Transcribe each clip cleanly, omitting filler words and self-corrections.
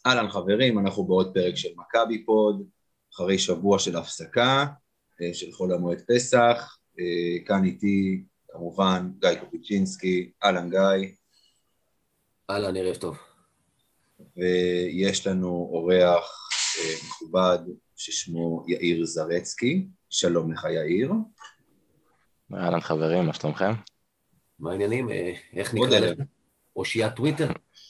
אהלן חברים, אנחנו בעוד פרק של מכבי פוד, אחרי שבוע של הפסקה, של חול המועד פסח, כאן איתי כמובן גיא קופיצ'ינסקי, אהלן גיא. אהלן, ערב טוב. ויש לנו אורח מכובד ששמו יאיר זרצקי, שלום לך יאיר. אהלן חברים, מה שלומכם? מה העניינים? איך נקרא לך? אושיית טוויטר?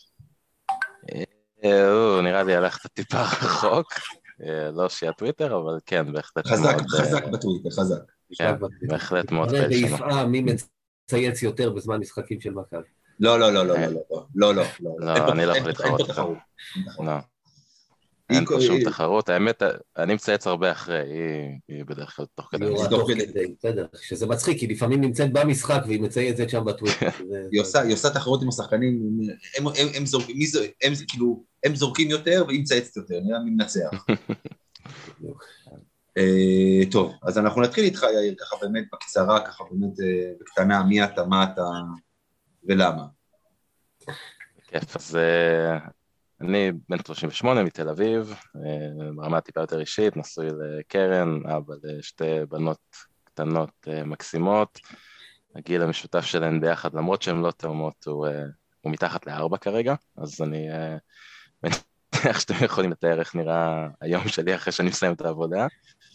נראה לי הלכת טיפה רחוק, לא אושיית טוויטר, אבל כן, בהחלט חזק בטוויטר, חזק. כן, בהחלט מאוד פעיל שלנו. ויפעה, מי מצייץ יותר בזמן משחקים של מכבי? לא, אני לא יכול להתחרות איתך. לא. אין פה שום תחרות, האמת, אני מצייץ הרבה אחרי, היא בדרך כלל תוך כדי. בסדר, שזה מצחיק, כי לפעמים נמצאת במשחק והיא מצייצת שם בטוויטר. היא עושה תחרות עם השחקנים, הם זורקים יותר והיא מצייצת יותר, נראה מי מנצח. טוב, אז אנחנו נתחיל איתך יאיר, ככה באמת בקצרה, ככה באמת בקטנה, מי אתה, מה אתה ולמה. כיף, אז אני בן 38 מתל אביב, ברמה טיפה יותר אישית, נשוי לקרן, אבא לשתי בנות קטנות מקסימות, הגיל המשותף שלהן ביחד, למרות שהן לא תאומות, הוא מתחת ל4 כרגע, אז אני מניח שאתם יכולים לתאר איך נראה היום שלי אחרי שאני מסיים את העבודה.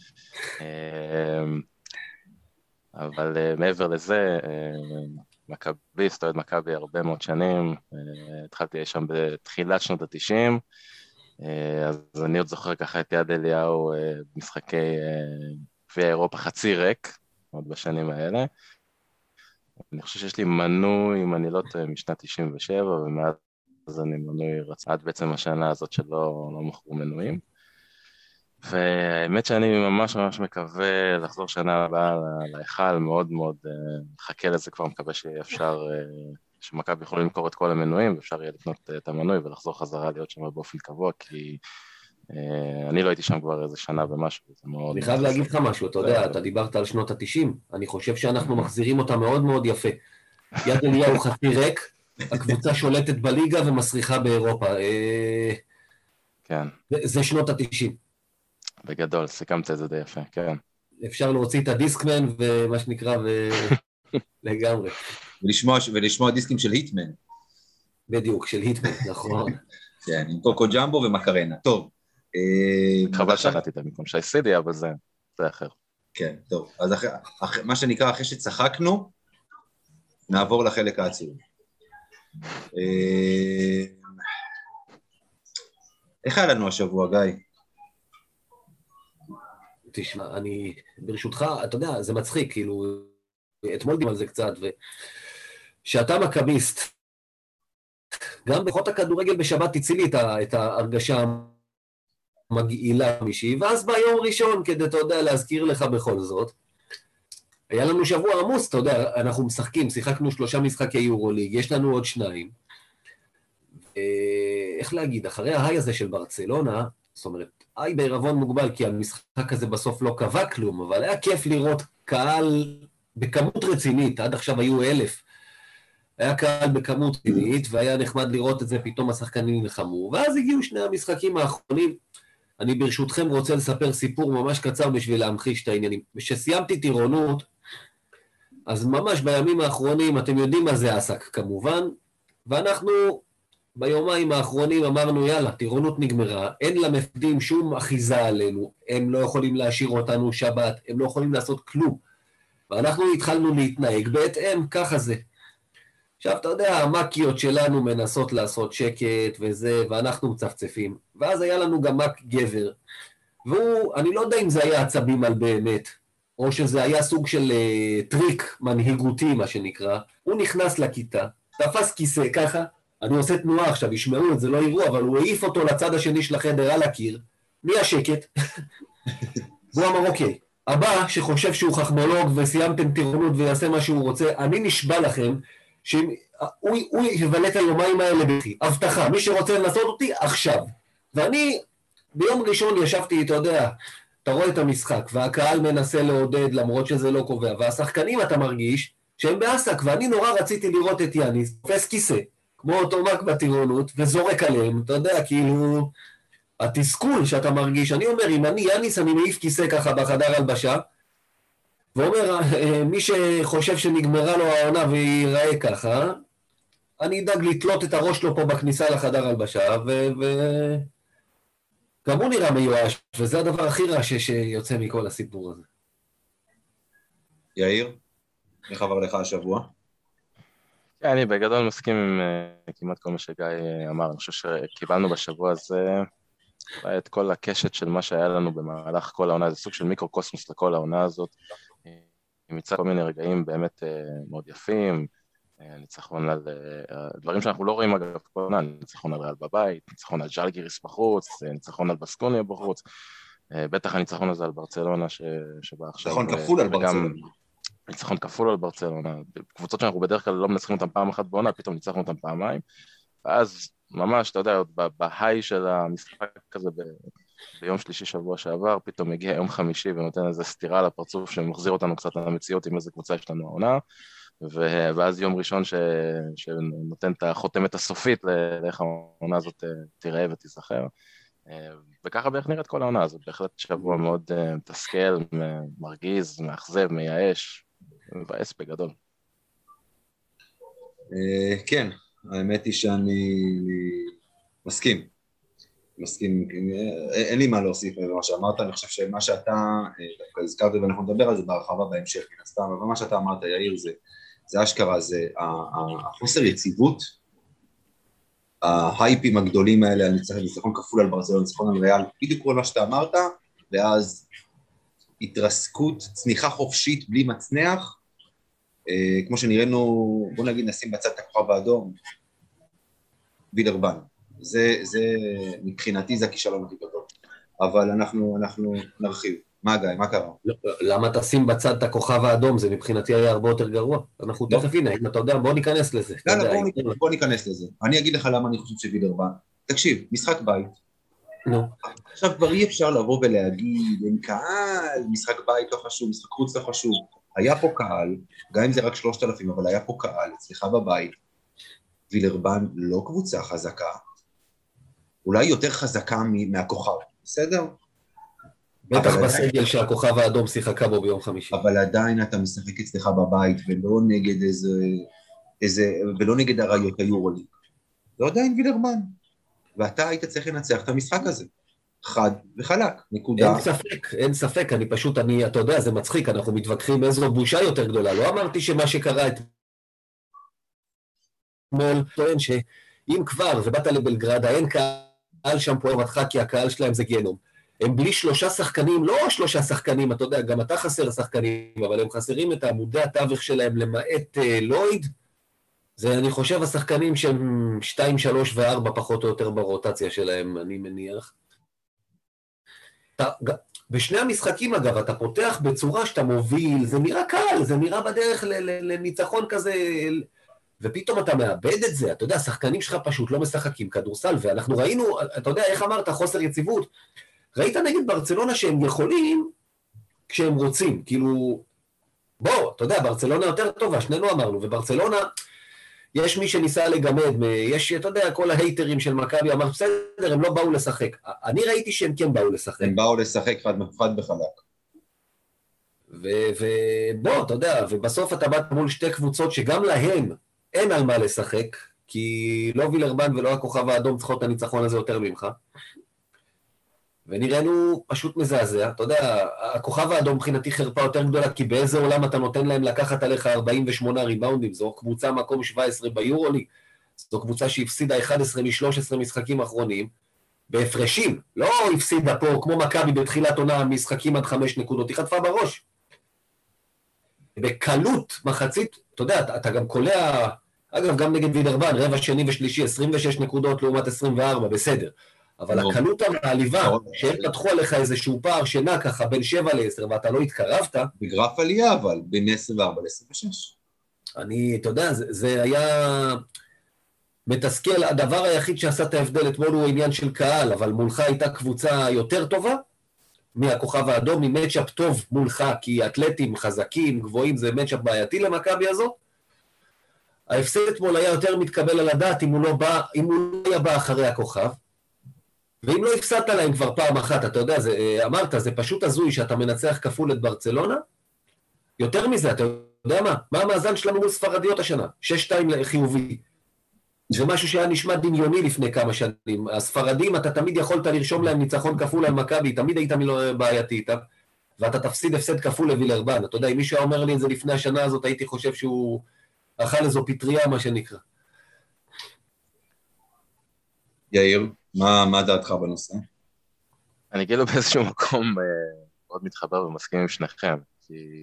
אבל מעבר לזה, מכביסט, אוהד מכבי הרבה מאוד שנים, התחלתי שם בתחילת שנות ה-90, אז אני עוד זוכר ככה את יד אליהו במשחקי גביע אירופה חצי ריק, עוד בשנים האלה. אני חושב שיש לי מנוי, אם אני לא טועה, משנת 97, ומאז אני מנוי עד בעצם השנה הזאת שלא מכרו מנויים. והאמת שאני ממש מקווה לחזור שנה הבאה להיכל, מאוד מאוד מחכה לזה כבר, מקווה שאפשר, שמכבי יכולים למכור את כל המנויים, ואפשר יהיה לקנות את המנוי ולחזור חזרה להיות שם באופן קבוע, כי אני לא הייתי שם כבר איזה שנה ומשהו, זה מאוד... אני חייב להגיד לך משהו, אתה יודע, אתה דיברת על שנות ה-90, אני חושב שאנחנו מחזירים אותה מאוד מאוד יפה. יד אליהו חצי ריק, הקבוצה שולטת בליגה ומסריחה באירופה. כן. זה שנות ה-90. בגדול, סיכמת את זה די יפה, כן. אפשר להוציא את הדיסקמן ומה שנקרא לגמרי. ולשמוע דיסקים של היטמן. בדיוק, של היטמן, נכון. כן, עם קוקו ג'מבו ומקרנה. טוב. חבל שכחתי את המקום שי סידי, אבל זה אחר. כן, טוב. אז מה שנקרא, אחרי שצחקנו, נעבור לחלק העצוב. איך היה לנו השבוע, גיא? תשמע, ברשותך, אתה יודע, זה מצחיק, כאילו, אתמול דיברנו על זה קצת, שאתה מכביסט, גם בחוט הכדורגל בשבת תצילי את ההרגשה המגעילה מישהי, ואז ביום ראשון, כדי, אתה יודע, להזכיר לך בכל זאת, היה לנו שבוע עמוס, אתה יודע, אנחנו משחקים, שיחקנו 3 משחקי יורוליג, יש לנו עוד 2, איך להגיד, אחרי ההיי הזה של ברצלונה, זאת אומרת, בערבון מוגבל, כי המשחק הזה בסוף לא קבע כלום, אבל היה כיף לראות קהל בכמות רצינית, עד עכשיו היו 1,000, היה קהל בכמות רצינית, והיה נחמד לראות את זה, פתאום השחקנים נלחמו, ואז הגיעו 2 המשחקים האחרונים, אני ברשותכם רוצה לספר סיפור ממש קצר בשביל להמחיש את העניינים. כשסיימתי טירונות, אז ממש בימים האחרונים, אתם יודעים מה זה עסק כמובן, ואנחנו ביומיים האחרונים אמרנו, יאללה, טירונות נגמרה, אין למפקדים שום אחיזה עלינו, הם לא יכולים להשאיר אותנו שבת, הם לא יכולים לעשות כלום. ואנחנו התחלנו להתנהג בהתאם, ככה זה. עכשיו, אתה יודע, המקיות שלנו מנסות לעשות שקט וזה, ואנחנו מצפצפים. ואז היה לנו גם מק גבר, והוא, אני לא יודע אם זה היה עצבים על באמת, או שזה היה סוג של טריק מנהיגותי, מה שנקרא. הוא נכנס לכיתה, תפס כיסא ככה, אני עושה תנועה עכשיו, ישמעו את זה, לא יראו, אבל הוא העיף אותו לצד השני של החדר על הקיר, נהיה שקט, והוא אמר, אוקיי, הבא שחושב שהוא חכמולוג וסיימתם טירונות ויעשה מה שהוא רוצה, אני נשבע לכם, שהוא יבלה את היומיים האלה בכי, הבטחה, מי שרוצה לנסות אותי, עכשיו. ואני ביום ראשון ישבתי, אתה יודע, אתה רואה את המשחק, והקהל מנסה לעודד, למרות שזה לא קובע, והשחקנים אתה מרגיש שהם בעסק, ואני נורא רציתי לראות את יאניס, תופס כיסא, כמו אותו מק בטירונות, וזורק עליהם, אתה יודע, כאילו, התסכול שאתה מרגיש, אני אומר, אם אני יאניס, אני מעיף כיסא ככה בחדר הלבשה, ואומר, מי שחושב שנגמרה לו העונה ויראה ככה, אני אדאג לתלות את הראש שלו פה בכניסה לחדר הלבשה, גם הוא נראה מיואש, וזה הדבר הכי רע שיוצא מכל הסיפור הזה. יאיר, איך עבר לך השבוע? אני בגדול מסכים עם כמעט כל מה שגיא אמר. אני חושב שקיבלנו בשבוע הזה את כל הקשת של מה שהיה לנו במהלך כל העונה, זה סוג של מיקרו-קוסמוס לכל העונה הזאת, מצד כל מיני רגעים באמת מאוד יפים, ניצחון על דברים שאנחנו לא רואים אגב כל העונה, ניצחון על ריאל בבית, ניצחון על ז'אלגיריס בחוץ, ניצחון על בסקוניה בחוץ, בטח הניצחון הזה על ברצלונה שבא עכשיו. ניצחון כפול על ברצלונה. ניצחון כפול על ברצלונה, קבוצות שאנחנו בדרך כלל לא מנצחים אותם פעם אחת בעונה, פתאום ניצחנו אותם פעמיים, ואז ממש, אתה יודע, בהיי של המשחק הזה ביום שלישי שבוע שעבר, פתאום מגיע יום חמישי ונותן איזה סתירה לפרצוף שמחזיר אותנו קצת למציאות עם איזה קבוצה יש לנו העונה, ואז יום ראשון שנותן את החותמת הסופית לאיך העונה הזאת תיראה ותיזכר, וככה בערך נראית כל העונה הזאת, בהחלט שבוע מאוד מתסכל, מרגיז, מאכזב, מייאש, מבאס בגדול. כן, האמת היא שאני מסכים, אין לי מה להוסיף ממה שאמרת, אני חושב שמה שאתה דווקא הזכרת ואנחנו נדבר על זה בהרחבה בהמשך מן הסתם, אבל מה שאתה אמרת יאיר זה אשכרה, זה החוסר יציבות, ההייפים הגדולים האלה, ניצחון כפול על ברצלונה, ניצחון על ריאל, בדיוק כל מה שאתה אמרת, ואז התרסקות, צניחה חופשית בלי מצנח, כמו שנראינו, בוא נגיד נשים בצד את הכוכב האדום, וילרבן, זה מבחינתי זה הכישלון הכי גדול, אבל אנחנו נרחיב. מה גיא, מה קרה? למה תשים בצד את הכוכב האדום? זה מבחינתי היה הרבה יותר גרוע. אנחנו תכף, הנה, אם אתה יודע, בוא ניכנס לזה. בוא ניכנס לזה. אני אגיד לך למה אני חושב שווילרבן. תקשיב, משחק בית. עכשיו כבר אי אפשר לבוא ולהגיד, עם קהל, משחק בית לא חשוב, משחק חוץ לא חשוב. היה פה קהל, גם אם זה רק 3,000, אבל היה פה קהל, אצלך בבית. וילרבן לא קבוצה חזקה, אולי יותר חזקה מהכוכב, בסדר? בטח בסגל שהכוכב האדום שיחקה בו ביום חמישי. אבל עדיין אתה משחק אצלך בבית, ולא נגד ולא נגד הרעיות היורוליג. זה עדיין וילרבן. ואתה היית צריך לנצח את המשחק הזה. חד וחלק, נקודה. אין ספק, אתה יודע, זה מצחיק, אנחנו מתווכחים איזו בושה יותר גדולה. לא אמרתי שמה שקרה אתמול, טוען שאם כבר, ובאת לבלגרד, אין קהל שם פה אותך, כי הקהל שלהם זה גיהנום. הם בלי 3 שחקנים, לא 3 שחקנים, אתה יודע, גם אתה חסר שחקנים, אבל הם חסרים את עמודי התווך שלהם, למעט לויד, זה אני חושב השחקנים שהם 2, 3 ו4 פחות או יותר ברוטציה שלהם, אני מניח. בשני המשחקים אגב, אתה פותח בצורה שאתה מוביל, זה נראה קל, זה נראה בדרך לניצחון כזה, ופתאום אתה מאבד את זה, אתה יודע, השחקנים שלך פשוט לא משחקים כדורסל, ואנחנו ראינו, אתה יודע, איך אמרת, חוסר יציבות, ראית נגד ברצלונה שהם יכולים כשהם רוצים, כאילו, בוא, אתה יודע, ברצלונה יותר טובה, שנינו אמרנו, וברצלונה, יש מי שניסה לגמד, יש, אתה יודע, כל ההייטרים של מכבי, אמר, בסדר, הם לא באו לשחק. אני ראיתי שהם כן באו לשחק. הם באו לשחק חד וחלק. ובוא, אתה יודע, ובסוף אתה באת מול 2 קבוצות שגם להם אין על מה לשחק, כי לא וילרבן ולא הכוכב האדום צריכות את הניצחון הזה יותר ממך. ונראינו פשוט מזעזע, אתה יודע, הכוכב האדום מבחינתי חרפה יותר גדולה, כי באיזה עולם אתה נותן להם לקחת עליך 48 ריבאונדים, זו קבוצה מקום 17 ביורוליג, זו קבוצה שהפסידה 11 מ-13 משחקים אחרונים, בהפרשים, לא הפסידה פה כמו מכבי בתחילת עונה משחקים עד 5 נקודות, היא חטפה בראש. בקלות מחצית, אתה יודע, אתה גם קולע, אגב גם נגד וילרבן, רבע שני ושלישי, 26 נקודות לעומת 24, בסדר. אבל הקלות המעליבה, שהם פתחו עליך איזשהו פער שנע ככה בין 7 ל-10, ואתה לא התקרבת. בגרף עלייה, אבל בין 24 ל-26. אתה יודע, זה היה מתסכל, הדבר היחיד שעשה את ההבדל אתמול הוא עניין של קהל, אבל מולך הייתה קבוצה יותר טובה, מהכוכב האדום, עם מצ'אפ טוב מולך, כי אתלטים חזקים, גבוהים, זה מצ'אפ בעייתי למכבי הזאת, ההפסד אתמול היה יותר מתקבל על הדעת אם הוא לא היה בא אחרי הכוכב, ואם לא הפסדת להם כבר פעם אחת, אתה יודע, אמרת, זה פשוט הזוי שאתה מנצח כפול את ברצלונה, יותר מזה, אתה יודע מה המאזן שלנו מול ספרדיות השנה? 6-2 חיובי. זה משהו שהיה נשמע דמיוני לפני כמה שנים. הספרדים, אתה תמיד יכולת לרשום להם ניצחון כפול על מכבי, תמיד היית בעייתי איתם, ואתה תפסיד הפסד כפול לווילרבן. אתה יודע, אם מישהו אומר לי את זה לפני השנה הזאת, הייתי חושב שהוא אכל איזו פטריה, מה שנקרא. יאיר, מה דעתך בנושא? אני כאילו באיזשהו מקום מאוד מתחבר ומסכים עם שניכם, כי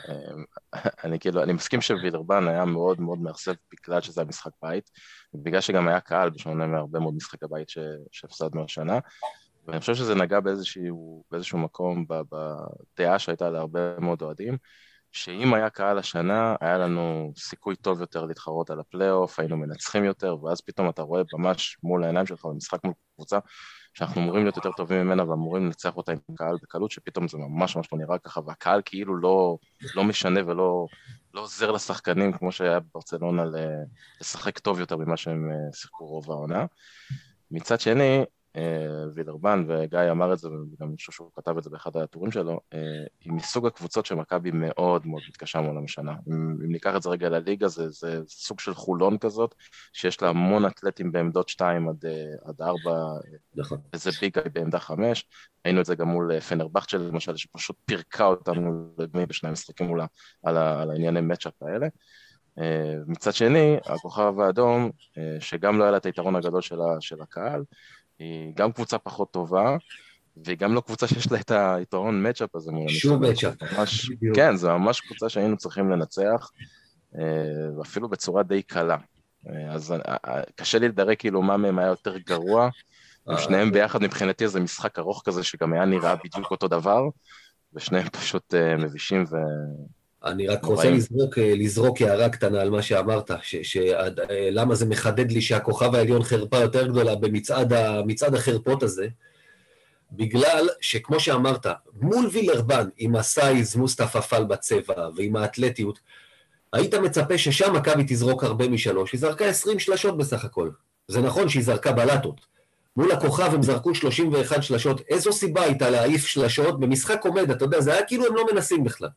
אני מסכים שווילרבן היה מאוד מאוד מאכזב בגלל שזה המשחק בית, ובגלל שגם היה קהל בשונה מהרבה מאוד משחקי בית שהפסדנו השנה, ואני חושב שזה נגע באיזשהו מקום בדעה שהייתה להרבה מאוד אוהדים, שאם היה קהל השנה, היה לנו סיכוי טוב יותר להתחרות על הפלייאוף, היינו מנצחים יותר, ואז פתאום אתה רואה ממש מול העיניים שלך במשחק מול קבוצה, שאנחנו אמורים להיות יותר טובים ממנה, ואמורים לנצח אותה עם קהל בקלות, שפתאום זה ממש ממש לא נראה ככה, והקהל כאילו לא משנה ולא עוזר לשחקנים, כמו שהיה בברצלונה לשחק טוב יותר ממה שהם שיחקו רוב העונה. מצד שני, וילרבן, וגיא אמר את זה, וגם אני חושב שהוא כתב את זה באחד הטורים שלו, היא מסוג הקבוצות שמכבי מאוד מאוד מתקשה מול המשנה. אם ניקח את זה רגע לליגה, זה סוג של חולון כזאת, שיש לה המון אתלטים בעמדות 2 עד 4, וזה ביג בעמדה 5, היינו את זה גם מול פנרבכצ'ה למשל, שפשוט פירקה אותנו בשני המשחקים מולה על הענייני מצ'אפ האלה. מצד שני, הכוכב האדום, שגם לא היה לה את היתרון הגדול של הקהל, היא גם קבוצה פחות טובה, והיא גם לא קבוצה שיש לה את היתרון מצ'אפ הזה. שום מצ'אפ. כן, זו ממש קבוצה שהיינו צריכים לנצח, ואפילו בצורה די קלה. אז קשה לי לדרג כאילו מה מהם היה יותר גרוע, ושניהם ביחד מבחינתי זה משחק ארוך כזה, שגם היה נראה בדיוק אותו דבר, ושניהם פשוט מבישים אני רק רוצה לזרוק הערה קטנה על מה שאמרת, למה זה מחדד לי שהכוכב העליון חרפה יותר גדולה במצעד החרפות הזה, בגלל שכמו שאמרת, מול וילרבן עם הסייז מוסטפא פאל בצבע ועם האתלטיות, היית מצפה ששם מכבי תזרוק הרבה משלוש, היא זרקה 20 שלשות בסך הכל. זה נכון שהיא זרקה בלטות. מול הכוכב הם זרקו 31 שלשות, איזו סיבה הייתה להעיף שלשות במשחק עומד, אתה יודע, זה היה כאילו הם לא מנסים בכלל.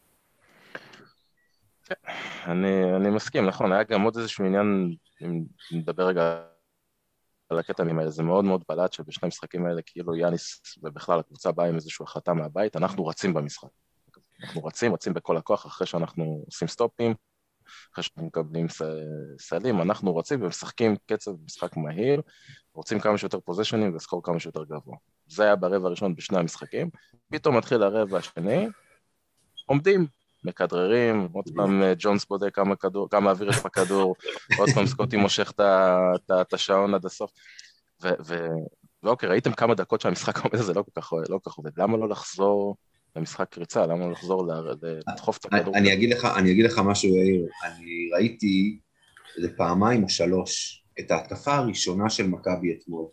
אני מסכים, נכון, היה גם עוד איזשהו עניין, אם נדבר רגע על הקטעים האלה, זה מאוד מאוד בלט שבשני המשחקים האלה כאילו יאניס ובכלל הקבוצה באה עם איזושהי החלטה מהבית, אנחנו רצים במשחק, אנחנו רצים בכל הכוח אחרי שאנחנו עושים סטופים, אחרי שאנחנו מקבלים סלים, אנחנו רצים ומשחקים קצב משחק מהיר, רוצים כמה שיותר פוזישנים וסקור כמה שיותר גבוה. זה היה ברבע הראשון בשני המשחקים, פתאום מתחיל הרבע השני, עומדים, מקדררים, עוד פעם ג'ונס בודק כמה אוויר יש בכדור, עוד פעם סקוטי מושך את השעון עד הסוף, ואוקיי, ראיתם כמה דקות שהמשחק עומד הזה לא כל כך עובד, למה לא לחזור למשחק קריצה, למה לא לחזור לדחוף את הכדור? אני אגיד לך משהו, יאיר, אני ראיתי לפעמיים או 3 את ההתקפה הראשונה של מכבי אתמול,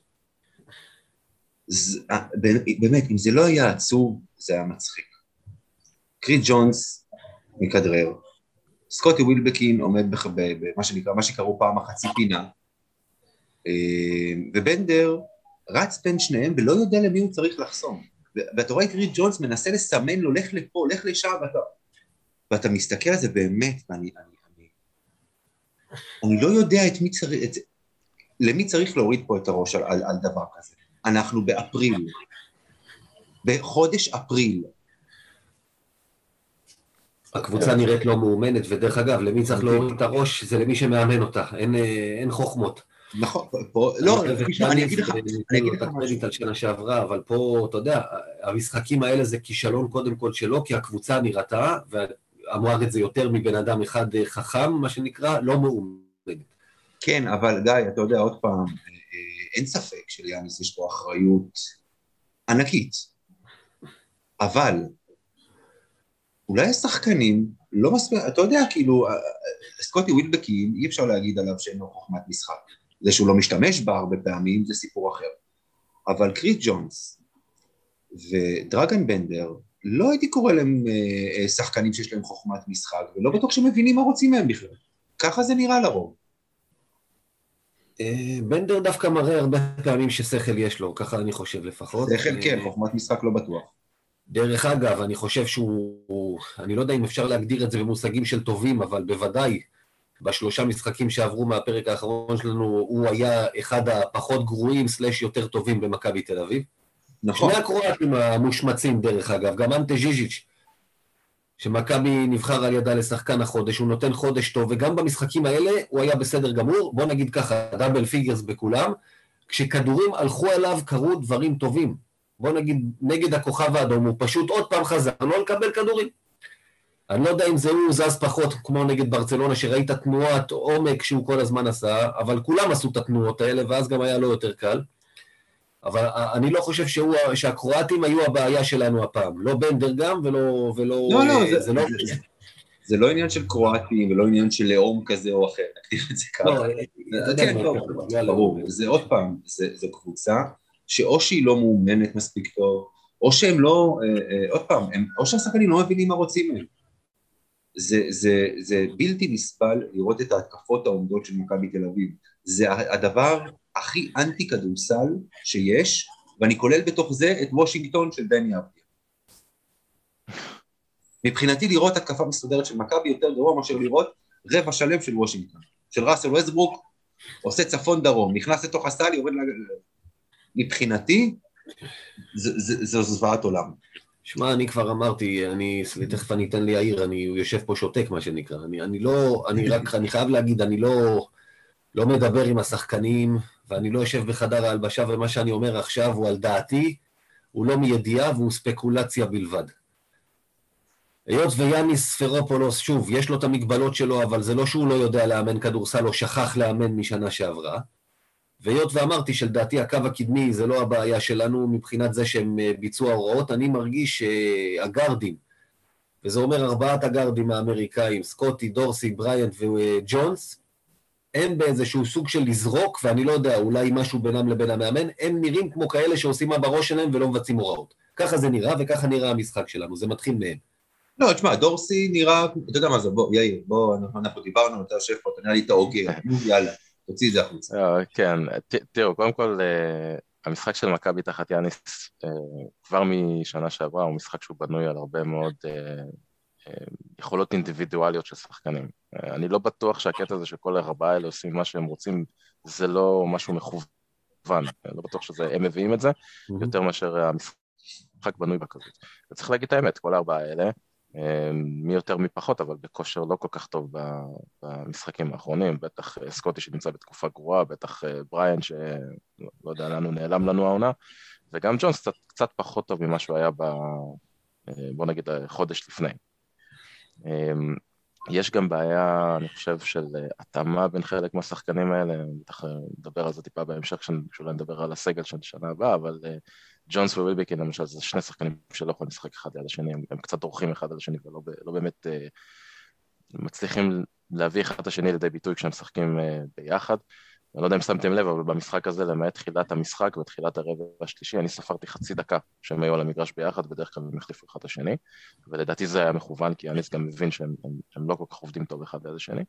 באמת, אם זה לא היה עצוב, זה היה מצחיק. קריס ג'ונס מכדרר, סקוטי ווילבקין עומד במה שנקרא, מה שקראו פעם החצי פינה, ובנדר רץ בין שניהם ולא יודע למי הוא צריך לחסום, ואתה רואה קריס ג'ונס מנסה לסמן לו, לך לפה, לך לשם, ואתה מסתכל על זה באמת, ואני לא יודע למי צריך להוריד פה את הראש על דבר כזה. אנחנו באפריל, בחודש אפריל, הקבוצה נראית לא מאומנת, ודרך אגב, למי צריך להוריד את הראש, זה למי שמאמן אותה, אין חוכמות. נכון, פה, לא, אני אגיד לך משהו. על שנה שעברה, אבל פה, אתה יודע, המשחקים האלה זה כישלון קודם כל שלו, כי הקבוצה נראתה, ואמר את זה יותר מבן אדם אחד חכם, מה שנקרא, לא מאומנת. כן, אבל גיא, אתה יודע, עוד פעם, אין ספק שליאניס יש פה אחריות ענקית, אבל אולי השחקנים לא מספיק, אתה יודע, כאילו, סקוטי ווילבקין, אי אפשר להגיד עליו שאין לו חוכמת משחק. זה שהוא לא משתמש בה הרבה פעמים, זה סיפור אחר. אבל קריס ג'ונס ודרגן בנדר, לא הייתי קורא להם שחקנים שיש להם חוכמת משחק, ולא בטוח שמבינים מה רוצים מהם בכלל. ככה זה נראה לרוב. בנדר דווקא מראה הרבה פעמים ששכל יש לו, ככה אני חושב לפחות. שכל כן, חוכמת משחק לא בטוח. דרך אגב, אני חושב אני לא יודע אם אפשר להגדיר את זה במושגים של טובים, אבל בוודאי, בשלושה משחקים שעברו מהפרק האחרון שלנו, הוא היה אחד הפחות גרועים סלש יותר טובים במכבי תל אביב. נכון. שני הקרואטים המושמצים דרך אגב, גם אנטה ז'יז'יץ', שמכבי נבחר על ידה לשחקן החודש, הוא נותן חודש טוב, וגם במשחקים האלה הוא היה בסדר גמור, בוא נגיד ככה, דאבל פיגרס בכולם, כשכדורים הלכו אליו קרו דברים טובים. בוא נגיד, נגד הכוכב האדום, הוא פשוט עוד פעם חזר, לא לקבל כדורים. אני לא יודע אם זה הוא זז פחות, כמו נגד ברצלונה, שראית תנועת עומק שהוא כל הזמן עשה, אבל כולם עשו את התנועות האלה, ואז גם היה לו יותר קל. אבל אני לא חושב שהקרואטים היו הבעיה שלנו הפעם. לא בנדר גם, ולא... זה לא עניין של קרואטים, ולא עניין של לאום כזה או אחר, נקריא את זה ככה. כן, ברור. זה עוד פעם, זו קבוצה, שאו שהיא לא מאומנת מספיק טוב, או שהם לא, עוד פעם, או שהשחקנים לא מבינים מה רוצים מהם. זה בלתי נסבל לראות את ההתקפות העומדות של מכבי תל אביב. זה הדבר הכי אנטי כדורסל שיש, ואני כולל בתוך זה את וושינגטון של דני אבדיה. מבחינתי לראות התקפה מסודרת של מכבי יותר גרוע מאשר לראות רבע שלם של וושינגטון, של ראסל ווסטברוק, עושה צפון דרום, נכנס לתוך הסל, יורד מבחינתי, זו זוועת עולם. שמע, אני כבר אמרתי, תכף אני אתן לי העיר, אני יושב פה שותק מה שנקרא, אני חייב להגיד, אני לא מדבר עם השחקנים, ואני לא יושב בחדר ההלבשה, ומה שאני אומר עכשיו הוא על דעתי, הוא לא מידיעה והוא ספקולציה בלבד. היות ויאניס ספרופולוס, שוב, יש לו את המגבלות שלו, אבל זה לא שהוא לא יודע לאמן כדורסל, או שכח לאמן משנה שעברה. והיות ואמרתי שלדעתי הקו הקדמי זה לא הבעיה שלנו, מבחינת זה שהם ביצעו ההוראות, אני מרגיש שהגרדים, וזה אומר 4 הגרדים האמריקאים, סקוטי, דורסי, בריינט וג'ונס, הם באיזשהו סוג של לזרוק, ואני לא יודע, אולי משהו בינם לבין המאמן, הם נראים כמו כאלה שעושים מה בראש שלהם ולא מבצעים הוראות. ככה זה נראה, וככה נראה המשחק שלנו, זה מתחיל מהם. לא, תשמע, דורסי נראה, אתה יודע מה זה, בוא, יאיר, בוא, אנחנו דיברנו, אתה יושב פה, אתה נראה לי את האוגר, יאללה, תוציא את זה החוצה. כן, תראו, קודם כל, המשחק של מכבי תחת יאניס, כבר משנה שעברה, הוא משחק שהוא בנוי על הרבה מאוד יכולות אינדיבידואליות של שחקנים. אני לא בטוח שהקטע הזה שכל 4 האלה עושים מה שהם רוצים, זה לא משהו מכוון. אני לא בטוח הם מביאים את זה, יותר מאשר המשחק בנוי בכזאת. וצריך להגיד את האמת, כל 4 האלה, מי יותר מי פחות, אבל בכושר לא כל כך טוב במשחקים האחרונים, בטח סקוטי שנמצא בתקופה גרועה, בטח בריין שלא יודע לאן הוא נעלם לנו העונה, וגם ג'ונס קצת פחות טוב ממה שהוא היה בוא נגיד חודש לפני. יש גם בעיה, אני חושב, של התאמה בין חלק מהשחקנים האלה, בטח נדבר על זה טיפה בהמשך, כשאולי נדבר על הסגל של שנה הבאה, אבל ג'ונס ווילבקין למשל, זה 2 שחקנים שלא יכולים לשחק אחד על השני, הם קצת דורכים אחד על השני, ולא באמת מצליחים להביא אחד את השני לידי ביטוי כשהם משחקים ביחד. אני לא יודע אם שמתם לב, אבל במשחק הזה, למעט תחילת המשחק ותחילת הרבע השלישי, אני ספרתי חצי דקה שהם היו על המגרש ביחד, בדרך כלל הם החליפו אחד את השני, ולדעתי זה היה מכוון, כי אניס גם מבין שהם לא כל כך עובדים טוב אחד ליד השני.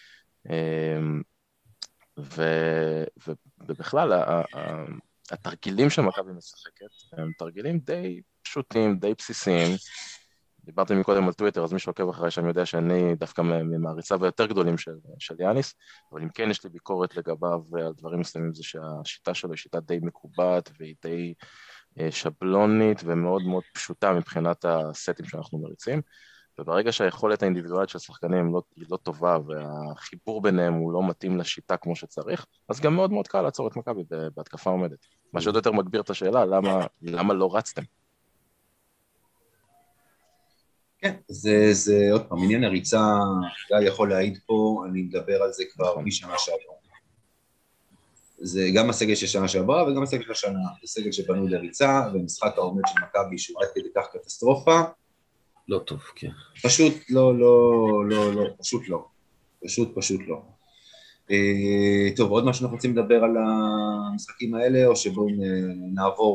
ובכלל, התרגילים שמכבי משחקת, הם תרגילים די פשוטים, די בסיסיים. דיברתי מקודם על טוויטר, אז מי שעוקב אחרי שאני יודע שאני דווקא ממעריציו היותר גדולים של יאניס, אבל אם כן יש לי ביקורת לגביו על דברים מסוימים, זה שהשיטה שלו היא שיטה די מקובעת, והיא די שבלונית ומאוד מאוד פשוטה מבחינת הסטים שאנחנו מריצים, וברגע שהיכולת האינדיבידואלית של שחקנים היא לא טובה, והחיבור ביניהם הוא לא מתאים לשיטה כמו שצריך, אז גם מאוד מאוד קל לעצור את מכבי בהתקפה עומדת. מה שעוד יותר מגביר את השאלה, למה לא רצתם? כן, זה עוד פעם, עניין הריצה, גיא יכול להעיד פה, אני מדבר על זה כבר משנה שעברה. זה גם הסגל של שנה שעברה וגם הסגל של השנה, זה סגל שבנוי לריצה, ומשחק העומד של מכבי שהוא עד כדי כך קטסטרופה. לא טוב, כן. פשוט לא. טוב, עוד משהו אנחנו רוצים לדבר על המשחקים האלה, או שבואו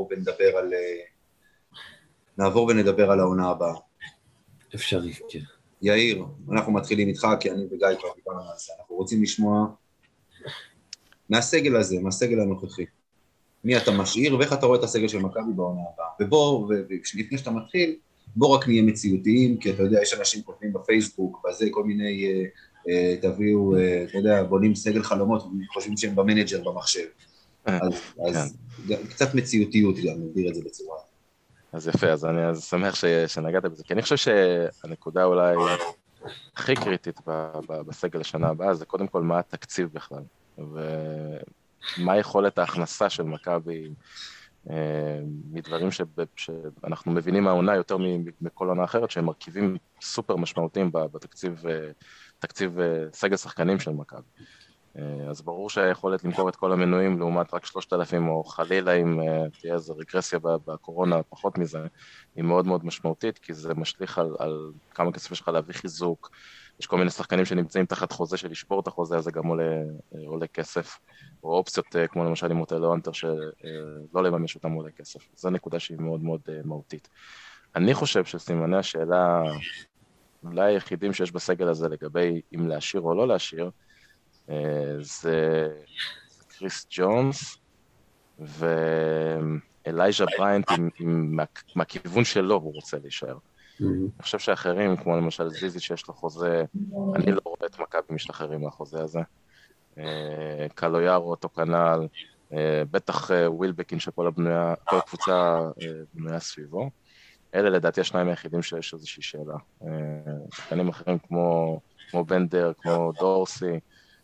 נעבור ונדבר על העונה הבאה? אפשרי, כן. יאיר, אנחנו מתחילים איתך, כי אני וגיא כבר דיברנו על זה. אנחנו רוצים לשמוע מהסגל הזה, מהסגל הנוכחי. מי אתה משאיר, ואיך אתה רואה את הסגל של מכבי בעונה הבאה. ובוא, לפני שאתה מתחיל, בוא רק נהיה מציאותיים, כי אתה יודע, יש אנשים כותבים בפייסבוק, בזה, כל מיני, תביאו, אתה יודע, בונים סגל חלומות, וחושבים שהם במנג'ר במחשב. אז קצת מציאותיות גם, נגדיר את זה בצורה. אז יפה, אז אני שמח שנגעת בזה, כי אני חושב שהנקודה אולי הכי קריטית בסגל לשנה הבאה, זה קודם כל מה התקציב בכלל, ומה יכולת ההכנסה של מכבי, מדברים שאנחנו מבינים מהעונה יותר מכל עונה אחרת, שהם מרכיבים סופר משמעותיים בתקציב, תקציב סגל שחקנים של מכבי. אז ברור שהיכולת למכור את כל המנויים לעומת רק 3,000, או חלילה אם תהיה איזו רגרסיה בקורונה, פחות מזה, היא מאוד מאוד משמעותית, כי זה משליך על כמה כסף יש לך להביא חיזוק. יש כל מיני שחקנים שנמצאים תחת חוזה של לשבור את החוזה, אז זה גם עולה כסף, או אופציות כמו למשל עם מוטל אונטר, שלא לממש אותם עולה כסף. זו נקודה שהיא מאוד מאוד מהותית. אני חושב שסימני השאלה, אולי היחידים שיש בסגל הזה לגבי אם להשאיר או לא להשאיר, זה קריס ג'ונס ואלייג'ה בריינט מהכיוון שלו הוא רוצה להישאר. אני חושב שאחרים, כמו למשל זיזי שיש לו חוזה, אני לא רואה את מכבי משתחררים מהחוזה הזה. קלויארו, אותו כנ"ל, בטח ווילבקין שכל הקבוצה בנויה סביבו. אלה לדעתי השניים היחידים שיש איזושהי שאלה. שחקנים אחרים כמו בנדר, כמו דורסי,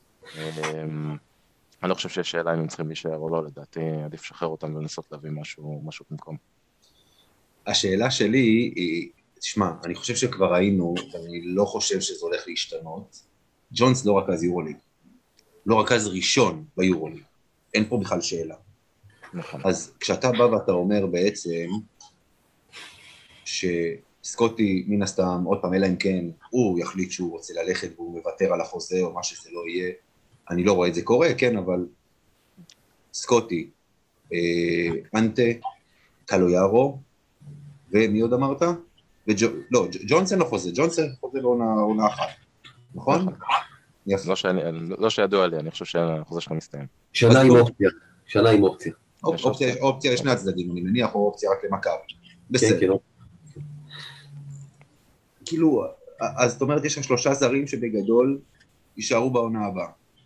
אני לא חושב שיש שאלה אם הם צריכים להישאר או לא, לדעתי עדיף לשחרר אותם ולנסות להביא משהו במקום. השאלה שלי היא, תשמע, אני חושב שכבר ראינו, ואני לא חושב שזה הולך להשתנות, ג'ונס לא רכז יורוליג, לא רכז ראשון ביורוליג, אין פה בכלל שאלה. נכון. אז כשאתה בא ואתה אומר בעצם, שסקוטי מן הסתם, עוד פעם, אלא אם כן, הוא יחליט שהוא רוצה ללכת והוא מוותר על החוזה או מה שזה לא יהיה, אני לא רואה את זה קורה, כן, אבל סקוטי, אנטה, קלויארו, ומי עוד אמרת? לא, ג'ונסון לא חוזה, ג'ונסון חוזה לעונה אחת, נכון? לא שידוע לי, אני חושב שהחוזה שלך מסתיים. שנה עם אופציה. אופציה לשני הצדדים, אני מניח, או אופציה רק למכבי. בסדר. כאילו, אז זאת אומרת, יש שם 3 זרים שבגדול יישארו בעונה הבאה.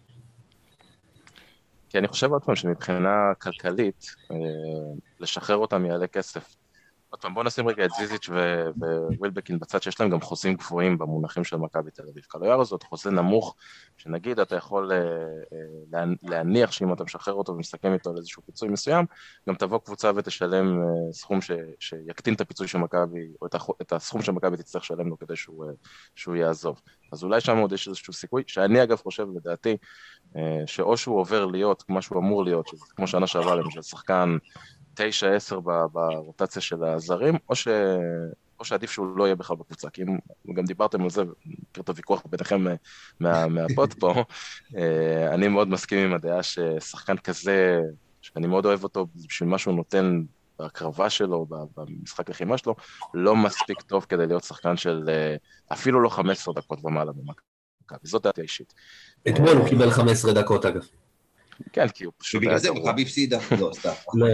כי אני חושב עוד פעם שמבחינה כלכלית, לשחרר אותם יעלה כסף. עוד פעם, בוא נשים רגע את זיזיץ' ווילבקין בצד שיש להם גם חוזים גבוהים במונחים של מכבי תל אביב. קלויארו זאת חוזה נמוך, שנגיד אתה יכול להניח שאם אתה משחרר אותו ומסכם איתו על איזשהו פיצוי מסוים, גם תבוא קבוצה ותשלם סכום שיקטין את הפיצוי של מכבי, או את הסכום שמכבי תצטרך לשלם לו כדי שהוא יעזוב. אז אולי שם עוד יש איזשהו סיכוי, שאני אגב חושב לדעתי, שאו שהוא עובר להיות כמו שהוא אמור להיות, שזה כמו שנה שעברה למשל שחקן 9-10 ברוטציה של הזרים, או שעדיף שהוא לא יהיה בכלל בקבוצה, כי אם גם דיברתם על זה, מכיר את הוויכוח ביניכם מהפוד פה, אני מאוד מסכים עם הדעה ששחקן כזה, שאני מאוד אוהב אותו בשביל מה שהוא נותן בהקרבה שלו, במשחק לחימה שלו, לא מספיק טוב כדי להיות שחקן של אפילו לא 15 דקות ומעלה במכבי, זאת דעתי האישית. אתמול הוא קיבל 15 דקות אגב. כן, כי הוא פשוט... ובגלל זה מכבי הפסידה. לא, סתם.